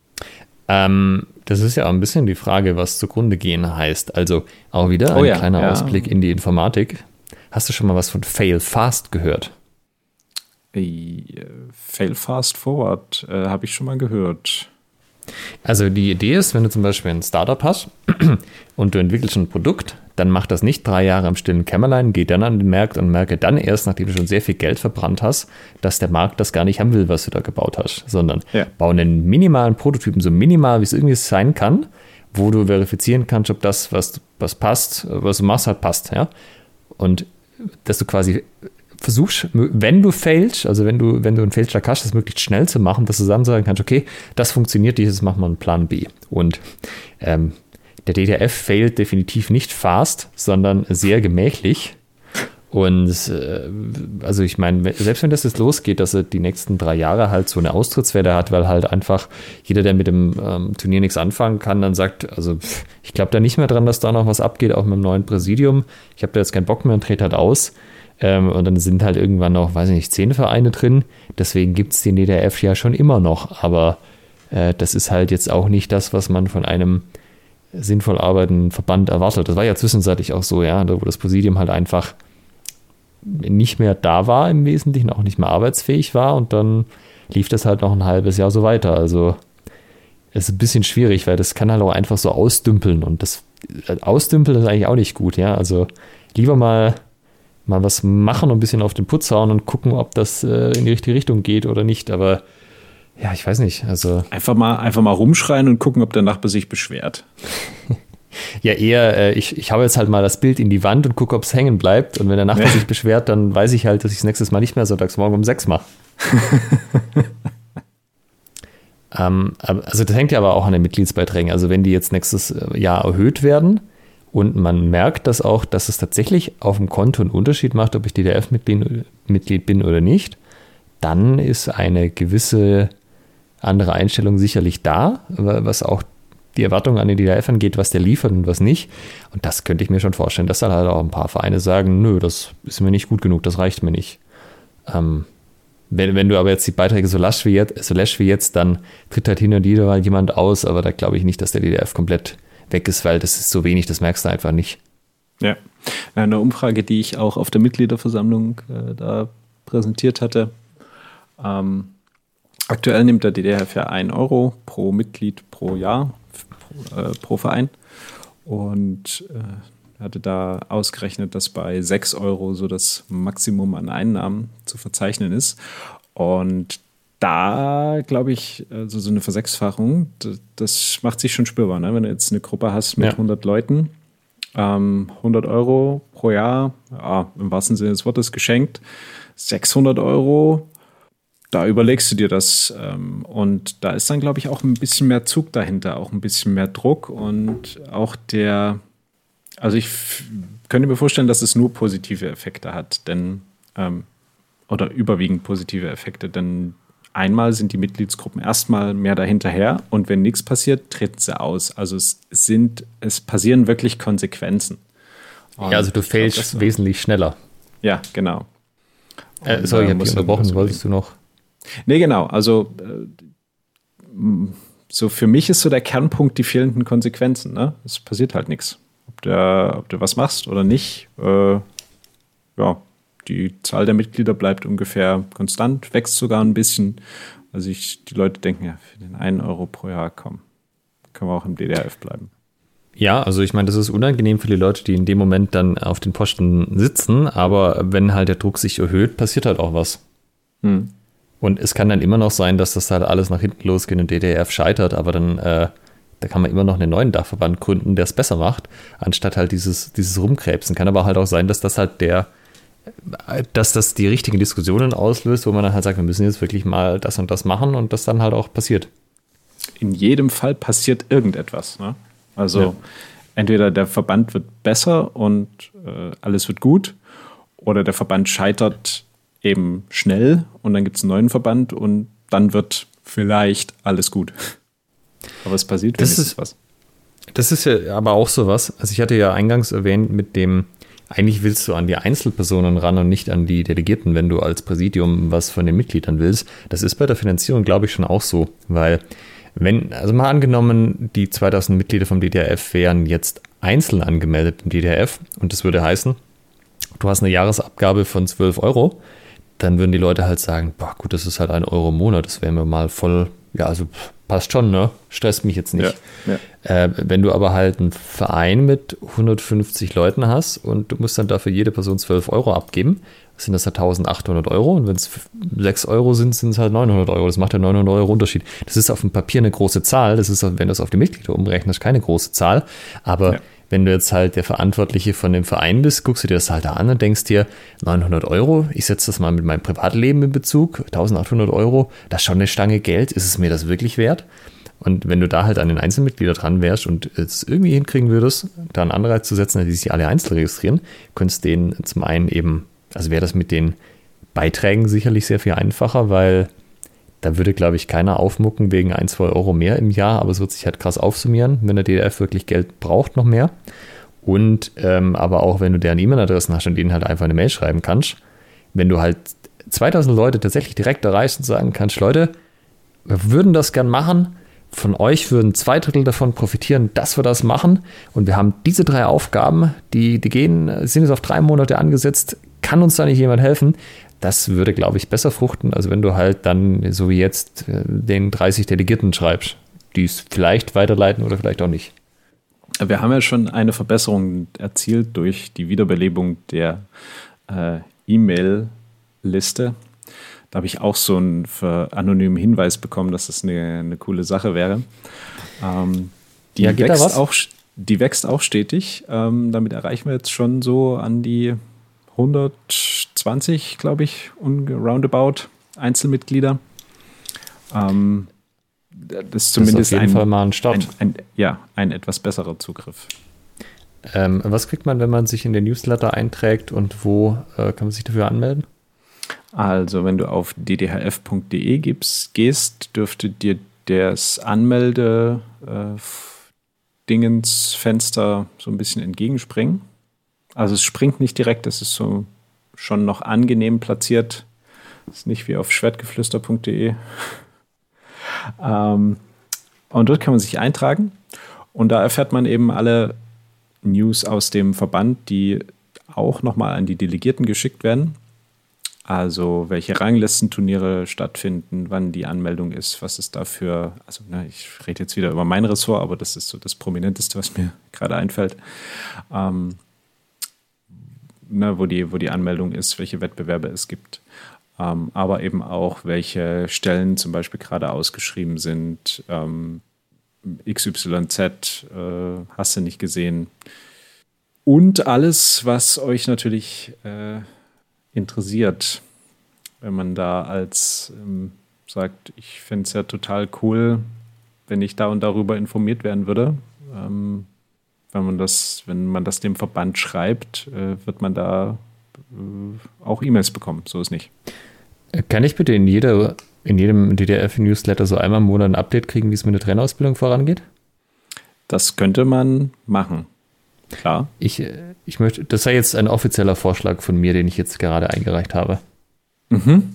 Ähm, das ist ja auch ein bisschen die Frage, was zugrunde gehen heißt. Also auch wieder ein oh ja, kleiner ja. Ausblick in die Informatik. Hast du schon mal was von Fail Fast gehört? Fail Fast Forward äh, habe ich schon mal gehört. Also die Idee ist, wenn du zum Beispiel ein Startup hast und du entwickelst ein Produkt, dann mach das nicht drei Jahre im stillen Kämmerlein, geh dann an den Markt und merke dann erst, nachdem du schon sehr viel Geld verbrannt hast, dass der Markt das gar nicht haben will, was du da gebaut hast, sondern ja. bau einen minimalen Prototypen, so minimal, wie es irgendwie sein kann, wo du verifizieren kannst, ob das, was, was passt, was du machst, halt passt. Ja? Und dass du quasi versuchst, wenn du failst, also wenn du, wenn du einen Fehlschlag hast, das möglichst schnell zu machen, dass du dann sagen kannst, okay, das funktioniert, dieses machen wir einen Plan B. Und ähm, der D D R F failt definitiv nicht fast, sondern sehr gemächlich. Und äh, also ich meine, selbst wenn das jetzt losgeht, dass er die nächsten drei Jahre halt so eine Austrittswelle hat, weil halt einfach jeder, der mit dem ähm, Turnier nichts anfangen kann, dann sagt, also pff, ich glaube da nicht mehr dran, dass da noch was abgeht, auch mit dem neuen Präsidium. Ich habe da jetzt keinen Bock mehr und trete halt aus. Ähm, und dann sind halt irgendwann noch, weiß ich nicht, zehn Vereine drin. Deswegen gibt es den D D R F ja schon immer noch. Aber äh, das ist halt jetzt auch nicht das, was man von einem sinnvoll arbeitenden Verband erwartet. Das war ja zwischenzeitlich auch so, ja, wo das Präsidium halt einfach nicht mehr da war im Wesentlichen, auch nicht mehr arbeitsfähig war und dann lief das halt noch ein halbes Jahr so weiter. Also es ist ein bisschen schwierig, weil das kann halt auch einfach so ausdümpeln und das Ausdümpeln ist eigentlich auch nicht gut, ja. Also lieber mal mal was machen und ein bisschen auf den Putz hauen und gucken, ob das äh, in die richtige Richtung geht oder nicht, aber ja, ich weiß nicht, also einfach mal, einfach mal rumschreien und gucken, ob der Nachbar sich beschwert. Ja, eher, äh, ich, ich hau jetzt halt mal das Bild in die Wand und gucke, ob es hängen bleibt und wenn der Nachbar ja. sich beschwert, dann weiß ich halt, dass ich es nächstes Mal nicht mehr sonntags morgen um sechs mache. ähm, also das hängt ja aber auch an den Mitgliedsbeiträgen, also wenn die jetzt nächstes Jahr erhöht werden, und man merkt das auch, dass es tatsächlich auf dem Konto einen Unterschied macht, ob ich D D R F-Mitglied Mitglied bin oder nicht, dann ist eine gewisse andere Einstellung sicherlich da, was auch die Erwartungen an den D D R F angeht, was der liefert und was nicht. Und das könnte ich mir schon vorstellen, dass dann halt auch ein paar Vereine sagen, nö, das ist mir nicht gut genug, das reicht mir nicht. Ähm, wenn, wenn du aber jetzt die Beiträge so lasch wie jetzt, so lasch wie jetzt, dann tritt halt hin und wieder mal jemand aus, aber da glaube ich nicht, dass der D D R F komplett weg ist, weil das ist so wenig, das merkst du einfach nicht. Ja, eine Umfrage, die ich auch auf der Mitgliederversammlung äh, da präsentiert hatte. Ähm, aktuell nimmt der D D R F ja ein Euro pro Mitglied pro Jahr, pro, äh, pro Verein. Und äh, hatte da ausgerechnet, dass bei sechs Euro so das Maximum an Einnahmen zu verzeichnen ist. Und da, glaube ich, also so eine Versechsfachung, das, das macht sich schon spürbar, ne? Wenn du jetzt eine Gruppe hast mit ja. hundert Leuten, ähm, hundert Euro pro Jahr, ja, im wahrsten Sinne des Wortes geschenkt, sechshundert Euro, da überlegst du dir das. Ähm, und da ist dann, glaube ich, auch ein bisschen mehr Zug dahinter, auch ein bisschen mehr Druck und auch der, also ich f- könnte mir vorstellen, dass es nur positive Effekte hat, denn, ähm, oder überwiegend positive Effekte, denn einmal sind die Mitgliedsgruppen erstmal mehr dahinterher und wenn nichts passiert, treten sie aus. Also es sind, es passieren wirklich Konsequenzen. Und ja, also du failst wesentlich schneller. Ja, genau. Äh, sorry, ich habe dich unterbrochen, wolltest du noch? Nee, genau. Also äh, so für mich ist so der Kernpunkt die fehlenden Konsequenzen. Ne? Es passiert halt nichts. Ob, der, ob du was machst oder nicht, äh, ja, die Zahl der Mitglieder bleibt ungefähr konstant, wächst sogar ein bisschen. Also ich, die Leute denken, ja, für den einen Euro pro Jahr, komm, können wir auch im D D R F bleiben. Ja, also ich meine, das ist unangenehm für die Leute, die in dem Moment dann auf den Posten sitzen, aber wenn halt der Druck sich erhöht, passiert halt auch was. Hm. Und es kann dann immer noch sein, dass das halt alles nach hinten losgeht und D D R F scheitert, aber dann äh, da kann man immer noch einen neuen Dachverband gründen, der es besser macht, anstatt halt dieses, dieses Rumkrebsen. Kann aber halt auch sein, dass das halt der dass das die richtigen Diskussionen auslöst, wo man dann halt sagt, wir müssen jetzt wirklich mal das und das machen und das dann halt auch passiert. In jedem Fall passiert irgendetwas. Ne? Also ja. Entweder der Verband wird besser und äh, alles wird gut oder der Verband scheitert eben schnell und dann gibt es einen neuen Verband und dann wird vielleicht alles gut. Aber es passiert wenigstens was. Das ist ja aber auch sowas. Also ich hatte ja eingangs erwähnt mit dem, eigentlich willst du an die Einzelpersonen ran und nicht an die Delegierten, wenn du als Präsidium was von den Mitgliedern willst. Das ist bei der Finanzierung, glaube ich, schon auch so, weil wenn, also mal angenommen, die zweitausend Mitglieder vom D D R F wären jetzt einzeln angemeldet im D D R F und das würde heißen, du hast eine Jahresabgabe von zwölf Euro, dann würden die Leute halt sagen, boah gut, das ist halt ein Euro im Monat, das wären wir mal voll, ja also passt schon, ne? Stresst mich jetzt nicht. Ja, ja. Äh, wenn du aber halt einen Verein mit hundertfünfzig Leuten hast und du musst dann dafür jede Person zwölf Euro abgeben, sind das ja eintausendachthundert Euro und wenn es sechs Euro sind, sind es halt neunhundert Euro. Das macht ja neunhundert Euro Unterschied. Das ist auf dem Papier eine große Zahl. Das ist, wenn du es auf die Mitglieder umrechnest, keine große Zahl. Aber ja. wenn du jetzt halt der Verantwortliche von dem Verein bist, guckst du dir das halt an und denkst dir, neunhundert Euro, ich setze das mal mit meinem Privatleben in Bezug, eintausendachthundert Euro, das ist schon eine Stange Geld. Ist es mir das wirklich wert? Und wenn du da halt an den Einzelmitglieder dran wärst und es irgendwie hinkriegen würdest, da einen Anreiz zu setzen, die sich alle einzeln registrieren, könntest du denen zum einen eben, also wäre das mit den Beiträgen sicherlich sehr viel einfacher, weil da würde, glaube ich, keiner aufmucken wegen ein, zwei Euro mehr im Jahr, aber es wird sich halt krass aufsummieren, wenn der D D R F wirklich Geld braucht, noch mehr. Und ähm, aber auch, wenn du deren E-Mail-Adressen hast und denen halt einfach eine Mail schreiben kannst, wenn du halt zweitausend Leute tatsächlich direkt erreichst und sagen kannst, Leute, wir würden das gern machen, von euch würden zwei Drittel davon profitieren, dass wir das machen und wir haben diese drei Aufgaben, die, die gehen, sind jetzt auf drei Monate angesetzt, kann uns da nicht jemand helfen? Das würde, glaube ich, besser fruchten, als wenn du halt dann, so wie jetzt, den dreißig Delegierten schreibst, die es vielleicht weiterleiten oder vielleicht auch nicht. Wir haben ja schon eine Verbesserung erzielt durch die Wiederbelebung der äh, E-Mail-Liste. Da habe ich auch so einen anonymen Hinweis bekommen, dass das eine, eine coole Sache wäre. Ähm, die, ja, geht wächst da was? Auch, die wächst auch stetig. Ähm, damit erreichen wir jetzt schon so an die hundertzwanzig, glaube ich, roundabout Einzelmitglieder. Ähm, das ist zumindest das ist auf jeden ein, Fall mal ein Start. Ein, ein, ja, ein etwas besserer Zugriff. Ähm, was kriegt man, wenn man sich in den Newsletter einträgt und wo äh, kann man sich dafür anmelden? Also, wenn du auf d d h f punkt d e gibst, gehst, dürfte dir das Anmelde-Dingens-Fenster äh, so ein bisschen entgegenspringen. Also es springt nicht direkt, das ist so schon noch angenehm platziert. Das ist nicht wie auf schwertgeflüster punkt d e. ähm, und dort kann man sich eintragen und da erfährt man eben alle News aus dem Verband, die auch nochmal an die Delegierten geschickt werden. Also welche Ranglistenturniere stattfinden, wann die Anmeldung ist, was es dafür, also ne, ich rede jetzt wieder über mein Ressort, aber das ist so das Prominenteste, was mir gerade einfällt. Ähm, ne, wo die, wo die Anmeldung ist, welche Wettbewerbe es gibt. Ähm, aber eben auch, welche Stellen zum Beispiel gerade ausgeschrieben sind. Ähm, X Y Z, äh, hast du nicht gesehen. Und alles, was euch natürlich äh, interessiert, wenn man da als ähm, sagt, ich fände es ja total cool, wenn ich da und darüber informiert werden würde. Ähm, wenn man das, wenn man das dem Verband schreibt, äh, wird man da äh, auch E-Mails bekommen. So ist nicht. Kann ich bitte in jeder, in jedem D D R F-Newsletter so einmal im Monat ein Update kriegen, wie es mit der Trainerausbildung vorangeht? Das könnte man machen. Klar. Ich, ich möchte, das sei jetzt ein offizieller Vorschlag von mir, den ich jetzt gerade eingereicht habe. Mhm.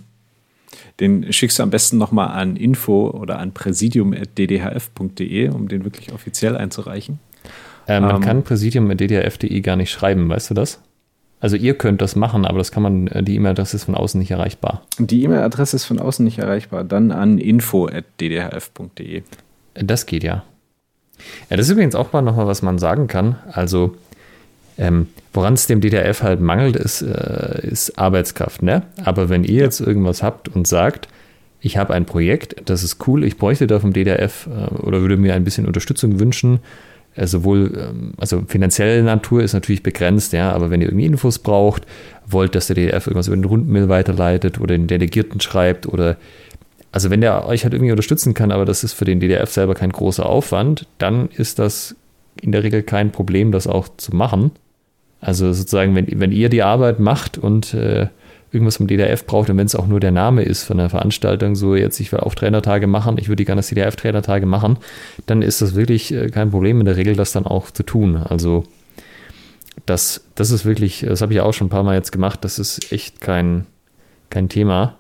Den schickst du am besten nochmal an info oder an präsidium at d d h f punkt d e, um den wirklich offiziell einzureichen. Äh, man ähm, kann präsidium at d d h f punkt d e gar nicht schreiben, weißt du das? Also ihr könnt das machen, aber das kann man, die E-Mail-Adresse ist von außen nicht erreichbar. Die E-Mail-Adresse ist von außen nicht erreichbar. Dann an info at d d h f punkt d e. Das geht ja. Ja, das ist übrigens auch mal nochmal, was man sagen kann. Also, ähm, woran es dem D D R F halt mangelt, ist, äh, ist Arbeitskraft, ne? Aber wenn ihr jetzt irgendwas habt und sagt, ich habe ein Projekt, das ist cool, ich bräuchte da vom D D R F äh, oder würde mir ein bisschen Unterstützung wünschen, äh, sowohl, ähm, also finanzielle Natur ist natürlich begrenzt, ja, aber wenn ihr irgendwie Infos braucht, wollt, dass der D D R F irgendwas über den Rundmail weiterleitet oder den Delegierten schreibt oder also wenn der euch halt irgendwie unterstützen kann, aber das ist für den D D R F selber kein großer Aufwand, dann ist das in der Regel kein Problem, das auch zu machen. Also sozusagen, wenn, wenn ihr die Arbeit macht und äh, irgendwas vom D D R F braucht und wenn es auch nur der Name ist von einer Veranstaltung, so jetzt, ich will auch Trainertage machen, ich würde gerne das D D R F-Trainertage machen, dann ist das wirklich äh, kein Problem in der Regel, das dann auch zu tun. Also das, das ist wirklich, das habe ich auch schon ein paar Mal jetzt gemacht, das ist echt kein, kein Thema.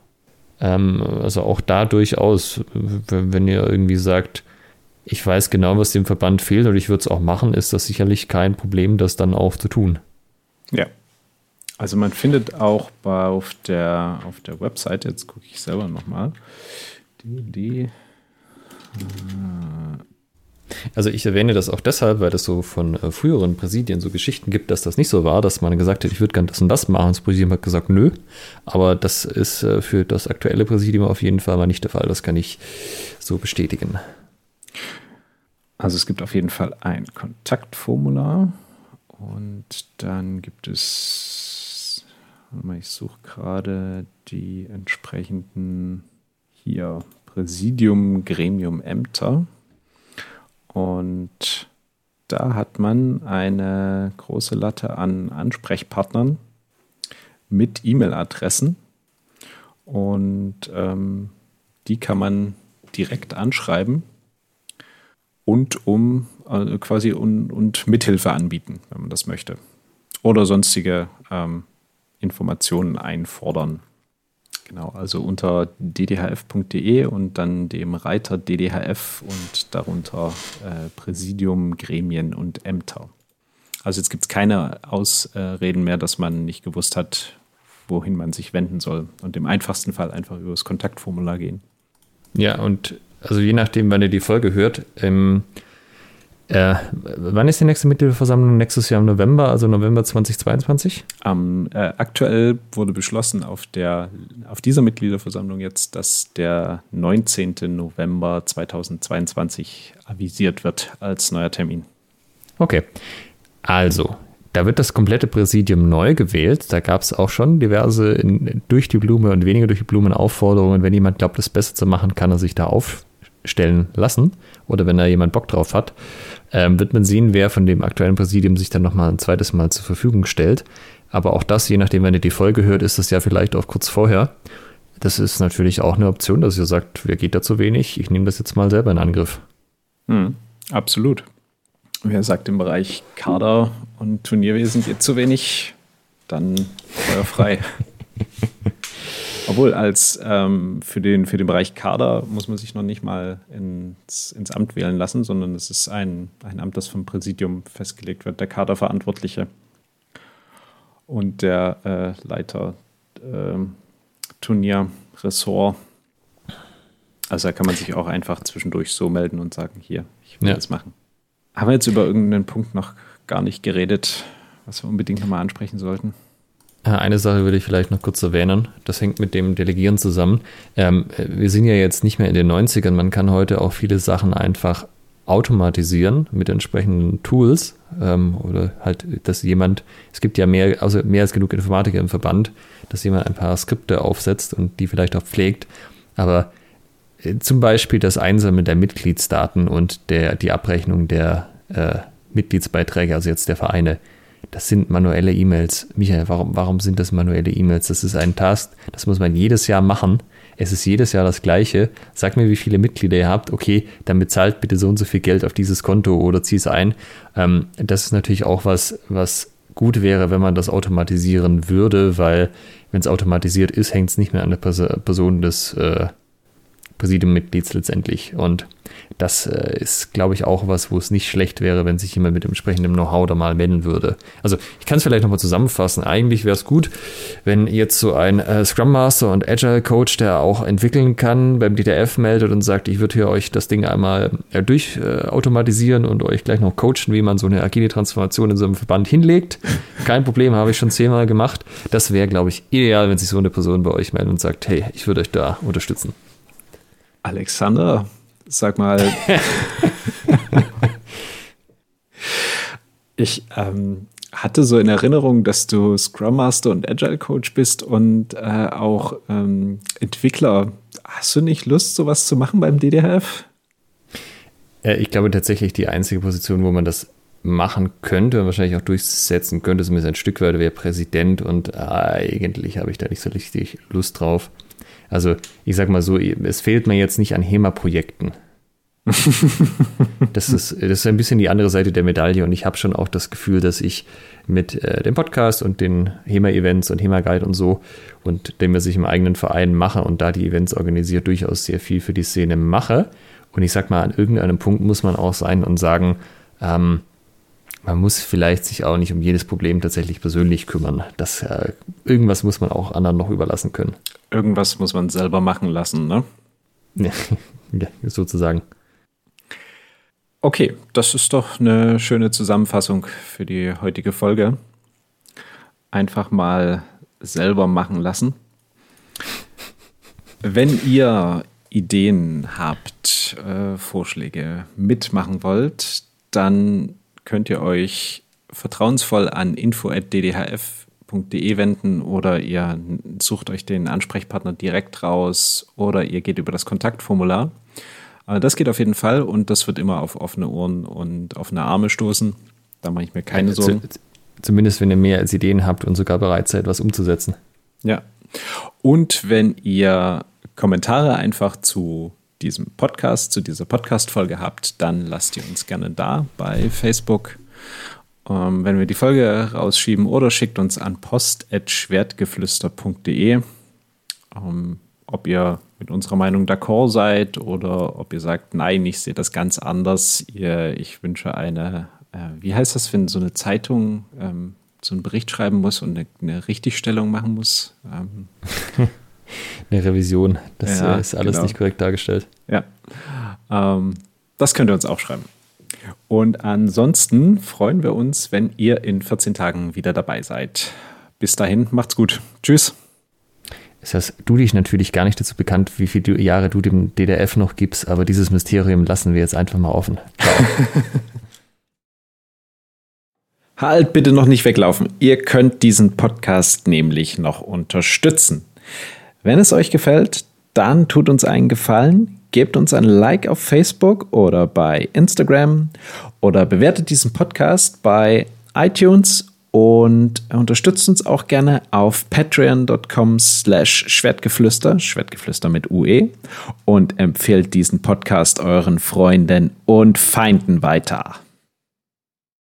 Also auch da durchaus, wenn ihr irgendwie sagt, ich weiß genau, was dem Verband fehlt und ich würde es auch machen, ist das sicherlich kein Problem, das dann auch zu tun. Ja, also man findet auch bei, auf, der, auf der Webseite, jetzt gucke ich selber nochmal, die, die Also ich erwähne das auch deshalb, weil es so von äh, früheren Präsidien so Geschichten gibt, dass das nicht so war, dass man gesagt hat, ich würde gerne das und das machen. Das Präsidium hat gesagt, nö. Aber das ist äh, für das aktuelle Präsidium auf jeden Fall mal nicht der Fall. Das kann ich so bestätigen. Also es gibt auf jeden Fall ein Kontaktformular und dann gibt es, ich suche gerade die entsprechenden hier Präsidium, Gremium, Ämter. Und da hat man eine große Latte an Ansprechpartnern mit E-Mail-Adressen. Und ähm, die kann man direkt anschreiben und um äh, quasi un, und Mithilfe anbieten, wenn man das möchte. Oder sonstige ähm, Informationen einfordern. Genau, also unter d d h f punkt d e und dann dem Reiter D D H F und darunter äh, Präsidium, Gremien und Ämter. Also jetzt gibt es keine Ausreden mehr, dass man nicht gewusst hat, wohin man sich wenden soll. Und im einfachsten Fall einfach über das Kontaktformular gehen. Ja, und also je nachdem, wann ihr die Folge hört, ähm, äh, wann ist die nächste Mitgliederversammlung? Nächstes Jahr im November, also November zweitausendzweiundzwanzig? Ähm, äh, aktuell wurde beschlossen auf, der, auf dieser Mitgliederversammlung jetzt, dass der neunzehnten November zweitausendzweiundzwanzig avisiert wird als neuer Termin. Okay, also da wird das komplette Präsidium neu gewählt. Da gab es auch schon diverse in, durch die Blume und weniger durch die Blumen Aufforderungen. Wenn jemand glaubt, das besser zu machen, kann er sich da aufstellen lassen. Oder wenn da jemand Bock drauf hat, ähm, wird man sehen, wer von dem aktuellen Präsidium sich dann nochmal ein zweites Mal zur Verfügung stellt. Aber auch das, je nachdem, wenn ihr die Folge hört, ist das ja vielleicht auch kurz vorher. Das ist natürlich auch eine Option, dass ihr sagt, wer geht da zu wenig? Ich nehme das jetzt mal selber in Angriff. Hm, absolut. Wer sagt, im Bereich Kader und Turnierwesen geht zu wenig, dann Feuer frei. Obwohl, als ähm, für, den, für den Bereich Kader muss man sich noch nicht mal ins, ins Amt wählen lassen, sondern es ist ein, ein Amt, das vom Präsidium festgelegt wird, der Kaderverantwortliche und der äh, Leiter äh, Turnierressort. Also da kann man sich auch einfach zwischendurch so melden und sagen, hier, ich will ja. das machen. Haben wir jetzt über irgendeinen Punkt noch gar nicht geredet, was wir unbedingt nochmal ansprechen sollten? Eine Sache würde ich vielleicht noch kurz erwähnen. Das hängt mit dem Delegieren zusammen. Ähm, wir sind ja jetzt nicht mehr in den neunzigern. Man kann heute auch viele Sachen einfach automatisieren mit entsprechenden Tools. Ähm, oder halt, dass jemand, es gibt ja mehr, also mehr als genug Informatiker im Verband, dass jemand ein paar Skripte aufsetzt und die vielleicht auch pflegt. Aber zum Beispiel das Einsammeln der Mitgliedsdaten und der, die Abrechnung der äh, Mitgliedsbeiträge, also jetzt der Vereine, das sind manuelle E-Mails. Michael, warum, warum sind das manuelle E-Mails? Das ist ein Task, das muss man jedes Jahr machen. Es ist jedes Jahr das Gleiche. Sag mir, wie viele Mitglieder ihr habt. Okay, dann bezahlt bitte so und so viel Geld auf dieses Konto oder zieh es ein. Ähm, das ist natürlich auch was, was gut wäre, wenn man das automatisieren würde, weil wenn es automatisiert ist, hängt es nicht mehr an der Person des äh, Präsidiummitglieds letztendlich. Und das äh, ist, glaube ich, auch was, wo es nicht schlecht wäre, wenn sich jemand mit entsprechendem Know-how da mal melden würde. Also ich kann es vielleicht nochmal zusammenfassen. Eigentlich wäre es gut, wenn jetzt so ein äh, Scrum Master und Agile Coach, der auch entwickeln kann, beim D T F meldet und sagt, ich würde hier euch das Ding einmal äh, durchautomatisieren äh, und euch gleich noch coachen, wie man so eine agile Transformation in so einem Verband hinlegt. Kein Problem, habe ich schon zehnmal gemacht. Das wäre, glaube ich, ideal, wenn sich so eine Person bei euch meldet und sagt, hey, ich würde euch da unterstützen. Alexander, sag mal, ich ähm, hatte so in Erinnerung, dass du Scrum Master und Agile Coach bist und äh, auch ähm, Entwickler. Hast du nicht Lust, sowas zu machen beim D D H F? Ja, ich glaube tatsächlich, die einzige Position, wo man das machen könnte und wahrscheinlich auch durchsetzen könnte, zumindest ein Stück weit, wäre Präsident und eigentlich habe ich da nicht so richtig Lust drauf. Also ich sag mal so, es fehlt mir jetzt nicht an HEMA-Projekten. Das ist, das ist ein bisschen die andere Seite der Medaille und ich habe schon auch das Gefühl, dass ich mit äh, dem Podcast und den HEMA-Events und HEMA-Guide und so und dem, was ich im eigenen Verein mache und da die Events organisiert, durchaus sehr viel für die Szene mache. Und ich sag mal, an irgendeinem Punkt muss man auch sein und sagen, ähm, man muss vielleicht sich auch nicht um jedes Problem tatsächlich persönlich kümmern. Das, äh, irgendwas muss man auch anderen noch überlassen können. Irgendwas muss man selber machen lassen, ne? Ja, sozusagen. Okay, das ist doch eine schöne Zusammenfassung für die heutige Folge. Einfach mal selber machen lassen. Wenn ihr Ideen habt, äh, Vorschläge mitmachen wollt, dann könnt ihr euch vertrauensvoll an info at d d h f punkt d e wenden oder ihr sucht euch den Ansprechpartner direkt raus oder ihr geht über das Kontaktformular. Aber das geht auf jeden Fall und das wird immer auf offene Ohren und offene Arme stoßen. Da mache ich mir keine ja, Sorgen. Zumindest, wenn ihr mehr als Ideen habt und sogar bereit seid, was umzusetzen. Ja. Und wenn ihr Kommentare einfach zu diesem Podcast, zu dieser Podcast-Folge habt, dann lasst ihr uns gerne da bei Facebook, ähm, wenn wir die Folge rausschieben, oder schickt uns an post at schwertgeflüster punkt d e, ähm, ob ihr mit unserer Meinung d'accord seid oder ob ihr sagt, nein, ich sehe das ganz anders. Ihr, ich wünsche eine, äh, wie heißt das, wenn so eine Zeitung ähm, so einen Bericht schreiben muss und eine, eine Richtigstellung machen muss? Ähm, Eine Revision, das ja, ist alles genau. nicht korrekt dargestellt. Ja, ähm, das könnt ihr uns auch schreiben. Und ansonsten freuen wir uns, wenn ihr in vierzehn Tagen wieder dabei seid. Bis dahin, macht's gut. Tschüss. Es heißt, du dich natürlich gar nicht dazu bekannt, wie viele Jahre du dem D D F noch gibst, aber dieses Mysterium lassen wir jetzt einfach mal offen. Ciao. Halt bitte noch nicht weglaufen. Ihr könnt diesen Podcast nämlich noch unterstützen. Wenn es euch gefällt, dann tut uns einen Gefallen, gebt uns ein Like auf Facebook oder bei Instagram oder bewertet diesen Podcast bei iTunes und unterstützt uns auch gerne auf patreon dot com slash schwertgeflüster, Schwertgeflüster mit U E, und empfehlt diesen Podcast euren Freunden und Feinden weiter.